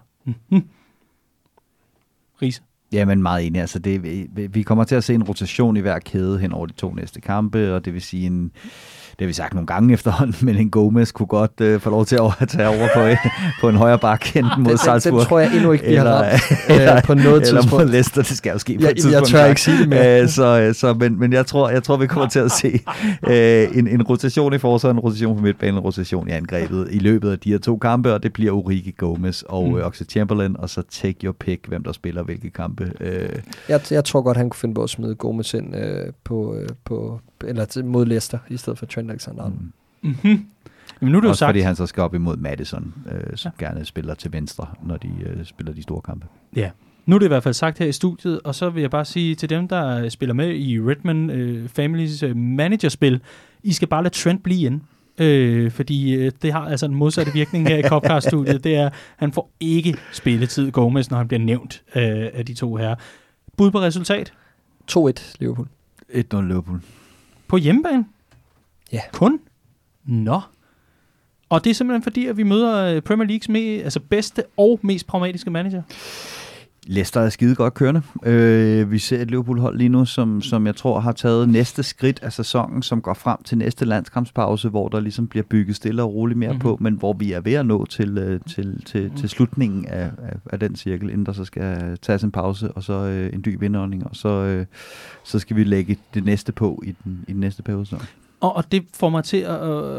Riese? Jamen meget enig. Altså vi kommer til at se en rotation i hver kæde hen over de 2 næste kampe, og det vil sige det har vi sagt nogle gange efterhånden, men en Gomez kunne godt få lov til at tage over på en højre bak, enten mod Salzburg. Den tror jeg endnu ikke, vi har ramt på noget tidspunkt. Eller mod Leicester, det skal jo ske på et tidspunkt. Jeg tør ikke sige det mere. Men jeg tror, vi kommer til at se en rotation i forsvaret, en rotation på midtbanen, en rotation i angrebet i løbet af de her 2 kampe, og det bliver Origi, Gomez og Oxlade-Chamberlain, og så take your pick, hvem der spiller hvilke kampe. Jeg tror godt, han kunne finde på at smide Gomez ind eller mod Leicester, i stedet for Trent Alexander-Arnold. Jamen, nu er det også sagt, fordi han så skal op imod Madison, som gerne spiller til venstre, når de spiller de store kampe. Ja, nu er det i hvert fald sagt her i studiet, og så vil jeg bare sige til dem, der spiller med i Redmond Families managerspil, I skal bare lade Trent blive inde. Fordi det har altså en modsatte virkning her i Copcast-studiet. Det er, han får ikke spilletid Gomez, når han bliver nævnt af de to her. Bud på resultat? 2-1 Liverpool. 1-0 Liverpool. På hjemmebane? Ja. Kun? Nå. Og det er simpelthen fordi, at vi møder Premier Leagues bedste og mest pragmatiske manager. Leicester er skide godt kørende. Vi ser et Liverpool-hold lige nu, som jeg tror har taget næste skridt af sæsonen, som går frem til næste landskampspause, hvor der ligesom bliver bygget stille og roligt mere på, men hvor vi er ved at nå til slutningen af den cirkel, inden der så skal tages en pause, og så en dyb indånding, og så skal vi lægge det næste på i den næste periode. Så. Og det får mig til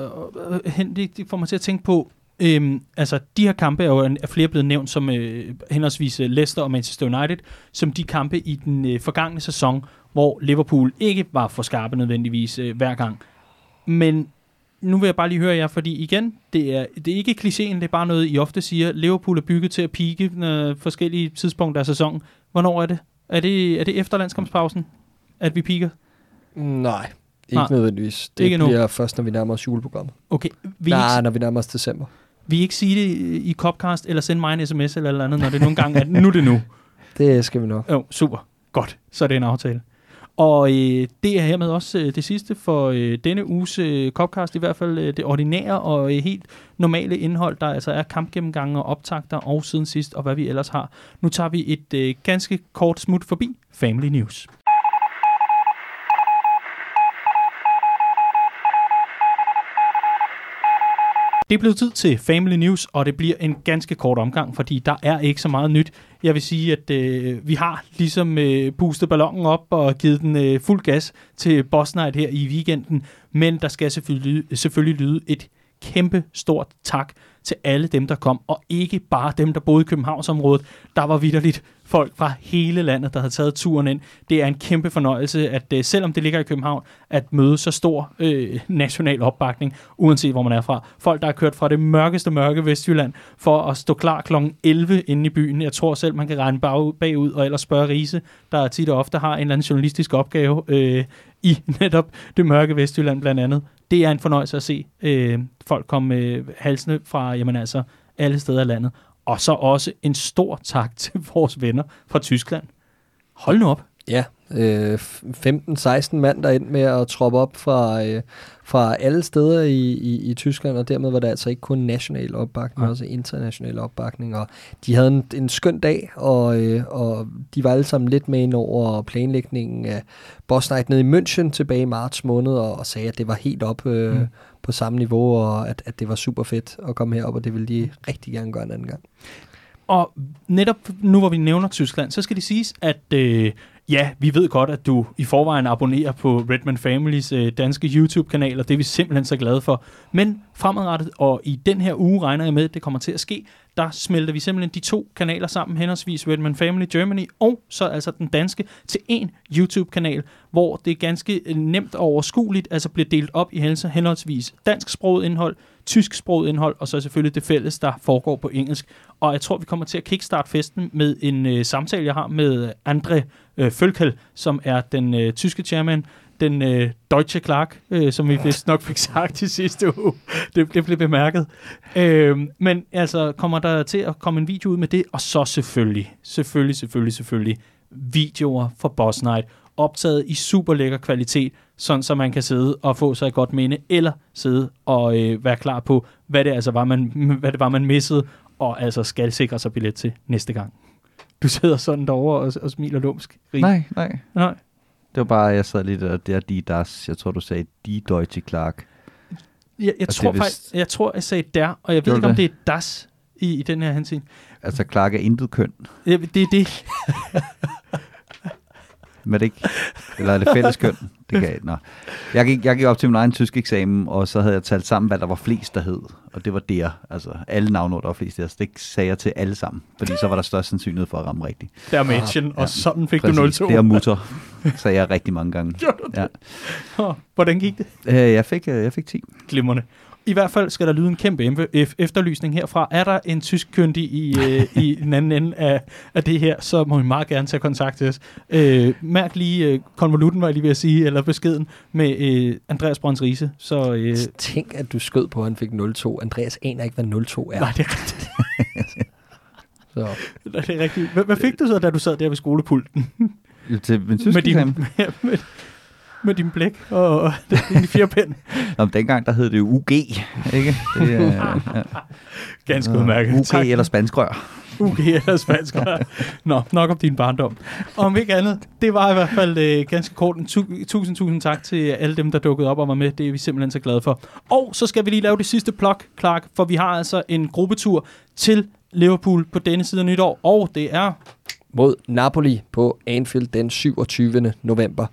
at tænke på, altså de her kampe er jo flere blevet nævnt som henholdsvis Leicester og Manchester United, som de kampe i den forgangne sæson, hvor Liverpool ikke var for skarpe nødvendigvis hver gang. Men nu vil jeg bare lige høre jer, fordi igen, det er ikke klichéen, det er bare noget, I ofte siger. Liverpool er bygget til at peake forskellige tidspunkter af sæsonen. Hvornår er det? Er det efter landskampspausen, at vi peaker? Nej. Ikke nødvendigvis. Det ikke bliver først, når vi nærmer os juleprogrammet. Okay. Når vi nærmer os december. Vi ikke sige det i Copcast, eller sende mig en sms eller andet, når det nogle gange er, nu er det nu. Det skal vi nok. Jo, super. Godt. Så er det en aftale. Og det er hermed også det sidste for denne uges Copcast, i hvert fald det ordinære og helt normale indhold, der altså er kampgennemgange og optakter og siden sidst, og hvad vi ellers har. Nu tager vi et ganske kort smut forbi Family News. Det er blevet tid til Family News, og det bliver en ganske kort omgang, fordi der er ikke så meget nyt. Jeg vil sige, at vi har ligesom boostet ballonen op og givet den fuld gas til Boss Night her i weekenden, men der skal selvfølgelig lyde et kæmpe stort tak til alle dem, der kom, og ikke bare dem, der boede i Københavnsområdet. Der var vitterligt folk fra hele landet, der havde taget turen ind. Det er en kæmpe fornøjelse, at selvom det ligger i København, at møde så stor national opbakning, uanset hvor man er fra. Folk, der har kørt fra det mørkeste mørke Vestjylland, for at stå klar kl. 11 inde i byen. Jeg tror selv, man kan regne bagud, og ellers spørge Riese, der tit og ofte har en eller anden journalistisk opgave i netop det mørke Vestjylland blandt andet. Det er en fornøjelse at se folk komme halsende fra alle steder af landet. Og så også en stor tak til vores venner fra Tyskland. Hold nu op. Ja, 15-16 mand, der endte med at troppe op fra alle steder i Tyskland, og dermed var det altså ikke kun national opbakning, men også international opbakning, og de havde en skøn dag, og de var alle sammen lidt med ind over planlægningen af Boss Night nede i München tilbage i marts måned, og sagde, at det var helt op på samme niveau, og at det var super fedt at komme herop, og det ville de rigtig gerne gøre en anden gang. Og netop nu, hvor vi nævner Tyskland, så skal det siges, at ja, vi ved godt, at du i forvejen abonnerer på Redman Familys danske YouTube-kanal, og det er vi simpelthen så glade for. Men fremadrettet, og i den her uge regner jeg med, at det kommer til at ske, der smelter vi simpelthen de to kanaler sammen, henholdsvis Redman Family Germany og så altså den danske, til en YouTube-kanal, hvor det er ganske nemt og overskueligt, altså bliver delt op i henholdsvis dansksproget indhold, tysksproget indhold, og så selvfølgelig det fælles, der foregår på engelsk. Og jeg tror, vi kommer til at kickstarte festen med en samtale, jeg har med André Völkel, som er den tyske chairman, den Deutsche Clark, som vi vist nok fik sagt til sidste uge. Det blev bemærket. Men altså, kommer der til at komme en video ud med det, og så selvfølgelig videoer fra Boss Night, optaget i super lækker kvalitet, sådan så man kan sidde og få sig et godt minde, eller sidde og være klar på, hvad det altså var, man missede, og altså skal sikre sig billet til næste gang. Du sidder sådan derovre og smiler lumsk. Nej. Det var bare, jeg sad lidt der, de das. Jeg tror, du sagde Die Deutsche Clark. Jeg tror faktisk, jeg sagde der, og jeg ved ikke, om det er das i den her hensyn. Altså, Clark er intet køn. Ja, det er det. Men det ikke? Eller er det fælles køn? Det kan jeg. Nå. Jeg gik op til min egen tysk eksamen, og så havde jeg talt sammen, hvad der var flest, der hed. Og det var der. Altså, alle navnord, der var flest der. Så det sagde jeg til alle sammen. Fordi så var der størst sandsynlighed for at ramme rigtigt. Der er Mädchen, og sådan fik præcis. Du 0-2. Det er mutter, sagde jeg rigtig mange gange. Ja. Hvordan gik det? Jeg fik 10. Glimrende. I hvert fald skal der lyde en kæmpe efterlysning herfra. Er der en tysk-kyndig i den anden ende af det her, så må I meget gerne tage kontakt til os. Mærk lige konvolutten, var jeg lige ved at sige, eller beskeden med Andreas Brøns Riise. Så tænk, at du skød på, at han fik 0-2. Andreas aner ikke, hvad 0-2 er. Nej, det er rigtigt. Så. Det er rigtigt. Hvad fik du så, da du sad der ved skolepulten? Til min tysk eksamen? Med din blæk og din firpind. Dengang, der hed det jo UG, ikke? Det, ganske udmærket. UG tak. Eller spanskrør. UG eller spanskrør. Nå, nok om din barndom. Om ikke andet, det var i hvert fald ganske kort. Tusind tak til alle dem, der dukkede op og var med. Det er vi simpelthen så glade for. Og så skal vi lige lave det sidste plug, Clark, for vi har altså en gruppetur til Liverpool på denne side af nytår, og det er mod Napoli på Anfield den 27. november.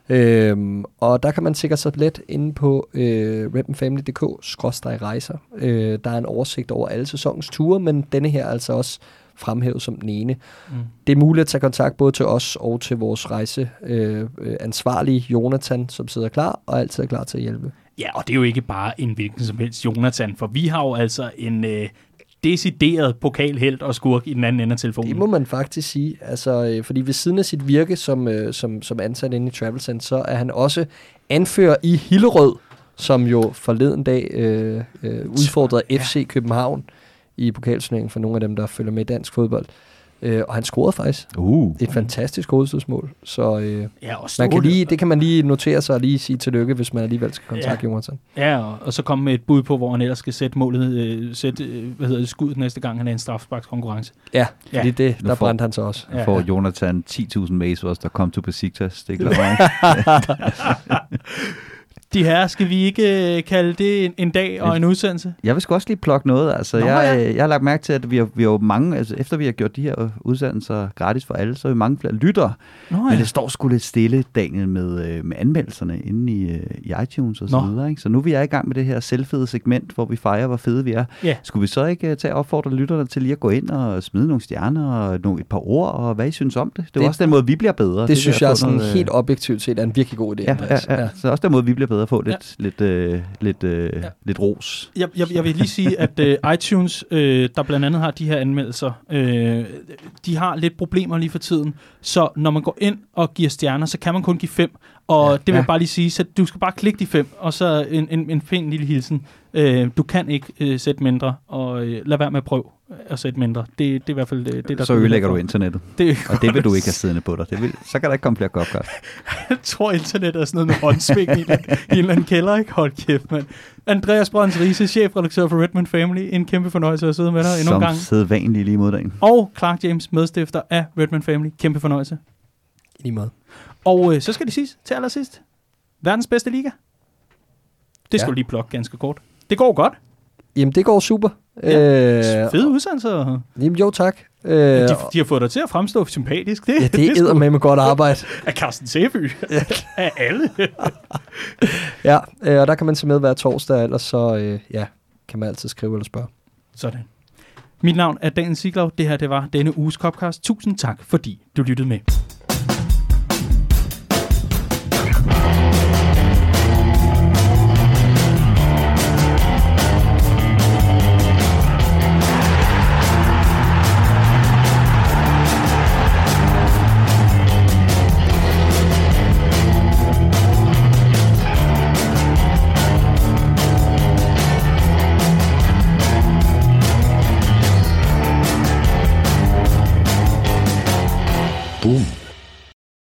Og der kan man sikre sig let inde på redmanfamily.dk/rejser. Der er en oversigt over alle sæsonens ture, men denne her er altså også fremhævet som den ene. Det er muligt at tage kontakt både til os og til vores rejseansvarlige Jonathan, som sidder klar og altid er klar til at hjælpe. Ja, og det er jo ikke bare en hvilken som helst Jonathan, for vi har jo altså en decideret pokalhelt og skurk i den anden ende af telefonen. Det må man faktisk sige. Altså, fordi ved siden af sit virke som ansat inde i Travelcent, så er han også anfører i Hillerød, som jo forleden dag udfordrede FC København i pokalturneringen for nogle af dem, der følger med i dansk fodbold. Og han scorede faktisk et fantastisk hovedstødsmål. Så man kan det kan man lige notere sig og lige sige tillykke, hvis man alligevel skal kontakte Jonathan. Ja, og så komme med et bud på, hvor han ellers skal sætte målet, skuddet næste gang, han er en strafsparkskonkurrence. Ja, fordi der brændte han så også. Nu får Jonathan 10.000 mails, der kom til Besiktas. Det er klart. De her, skal vi ikke kalde det en dag og en udsendelse? Jeg vil sgu også lige plukke noget. Altså, jeg har lagt mærke til, at vi har jo mange, altså efter vi har gjort de her udsendelser gratis for alle, så er vi mange flere lyttere. Men det står sgu lidt stille, Daniel, med anmeldelserne inde i iTunes og så videre. Ikke? Så nu er vi i gang med det her selvfede segment, hvor vi fejrer, hvor fede vi er. Yeah. Skulle vi så ikke tage og opfordre lytterne til lige at gå ind og smide nogle stjerner og et par ord, og hvad I synes om det? Det er også den måde, vi bliver bedre. Det synes jeg sådan helt objektivt set er en virkelig god idé. Ja. Så også den måde, vi bliver bedre at få lidt ros. Jeg vil lige sige, at iTunes, der blandt andet har de her anmeldelser, de har lidt problemer lige for tiden. Så når man går ind og giver stjerner, så kan man kun give 5. Og det vil jeg bare lige sige, så du skal bare klikke de 5, og så en pæn lille hilsen. Du kan ikke sætte mindre, og lad være med at prøve at sætte mindre. Det er i hvert fald det, der... Så ødelægger du internettet, og det vil du ikke have siddende på dig. Så kan der ikke komme flere podcast. Jeg tror, internettet er sådan noget med håndsving i en eller anden kælder, ikke? Hold kæft, mand. Andreas Brøns Riise, chefredaktør for Redman Family. En kæmpe fornøjelse at sidde med dig endnu en gang. Som sædvanlig lige mod dagen. Og Clark James, medstifter af Redman Family. Kæmpe fornøjelse. I lige måde. Og så skal det siges til allersidst. Verdens bedste liga. Det skal du lige plukke ganske kort. Det går godt. Jamen, det går super. Fede udsendelser. Jamen, jo, tak. De har fået dig til at fremstå sympatisk. Det eddermame godt arbejde. Af Carsten Sæby. Af alle. Og der kan man se med hver torsdag, ellers så kan man altid skrive eller spørge. Sådan. Mit navn er Daniel Siglau. Det her, det var denne uges Copcast. Tusind tak, fordi du lyttede med. Boom.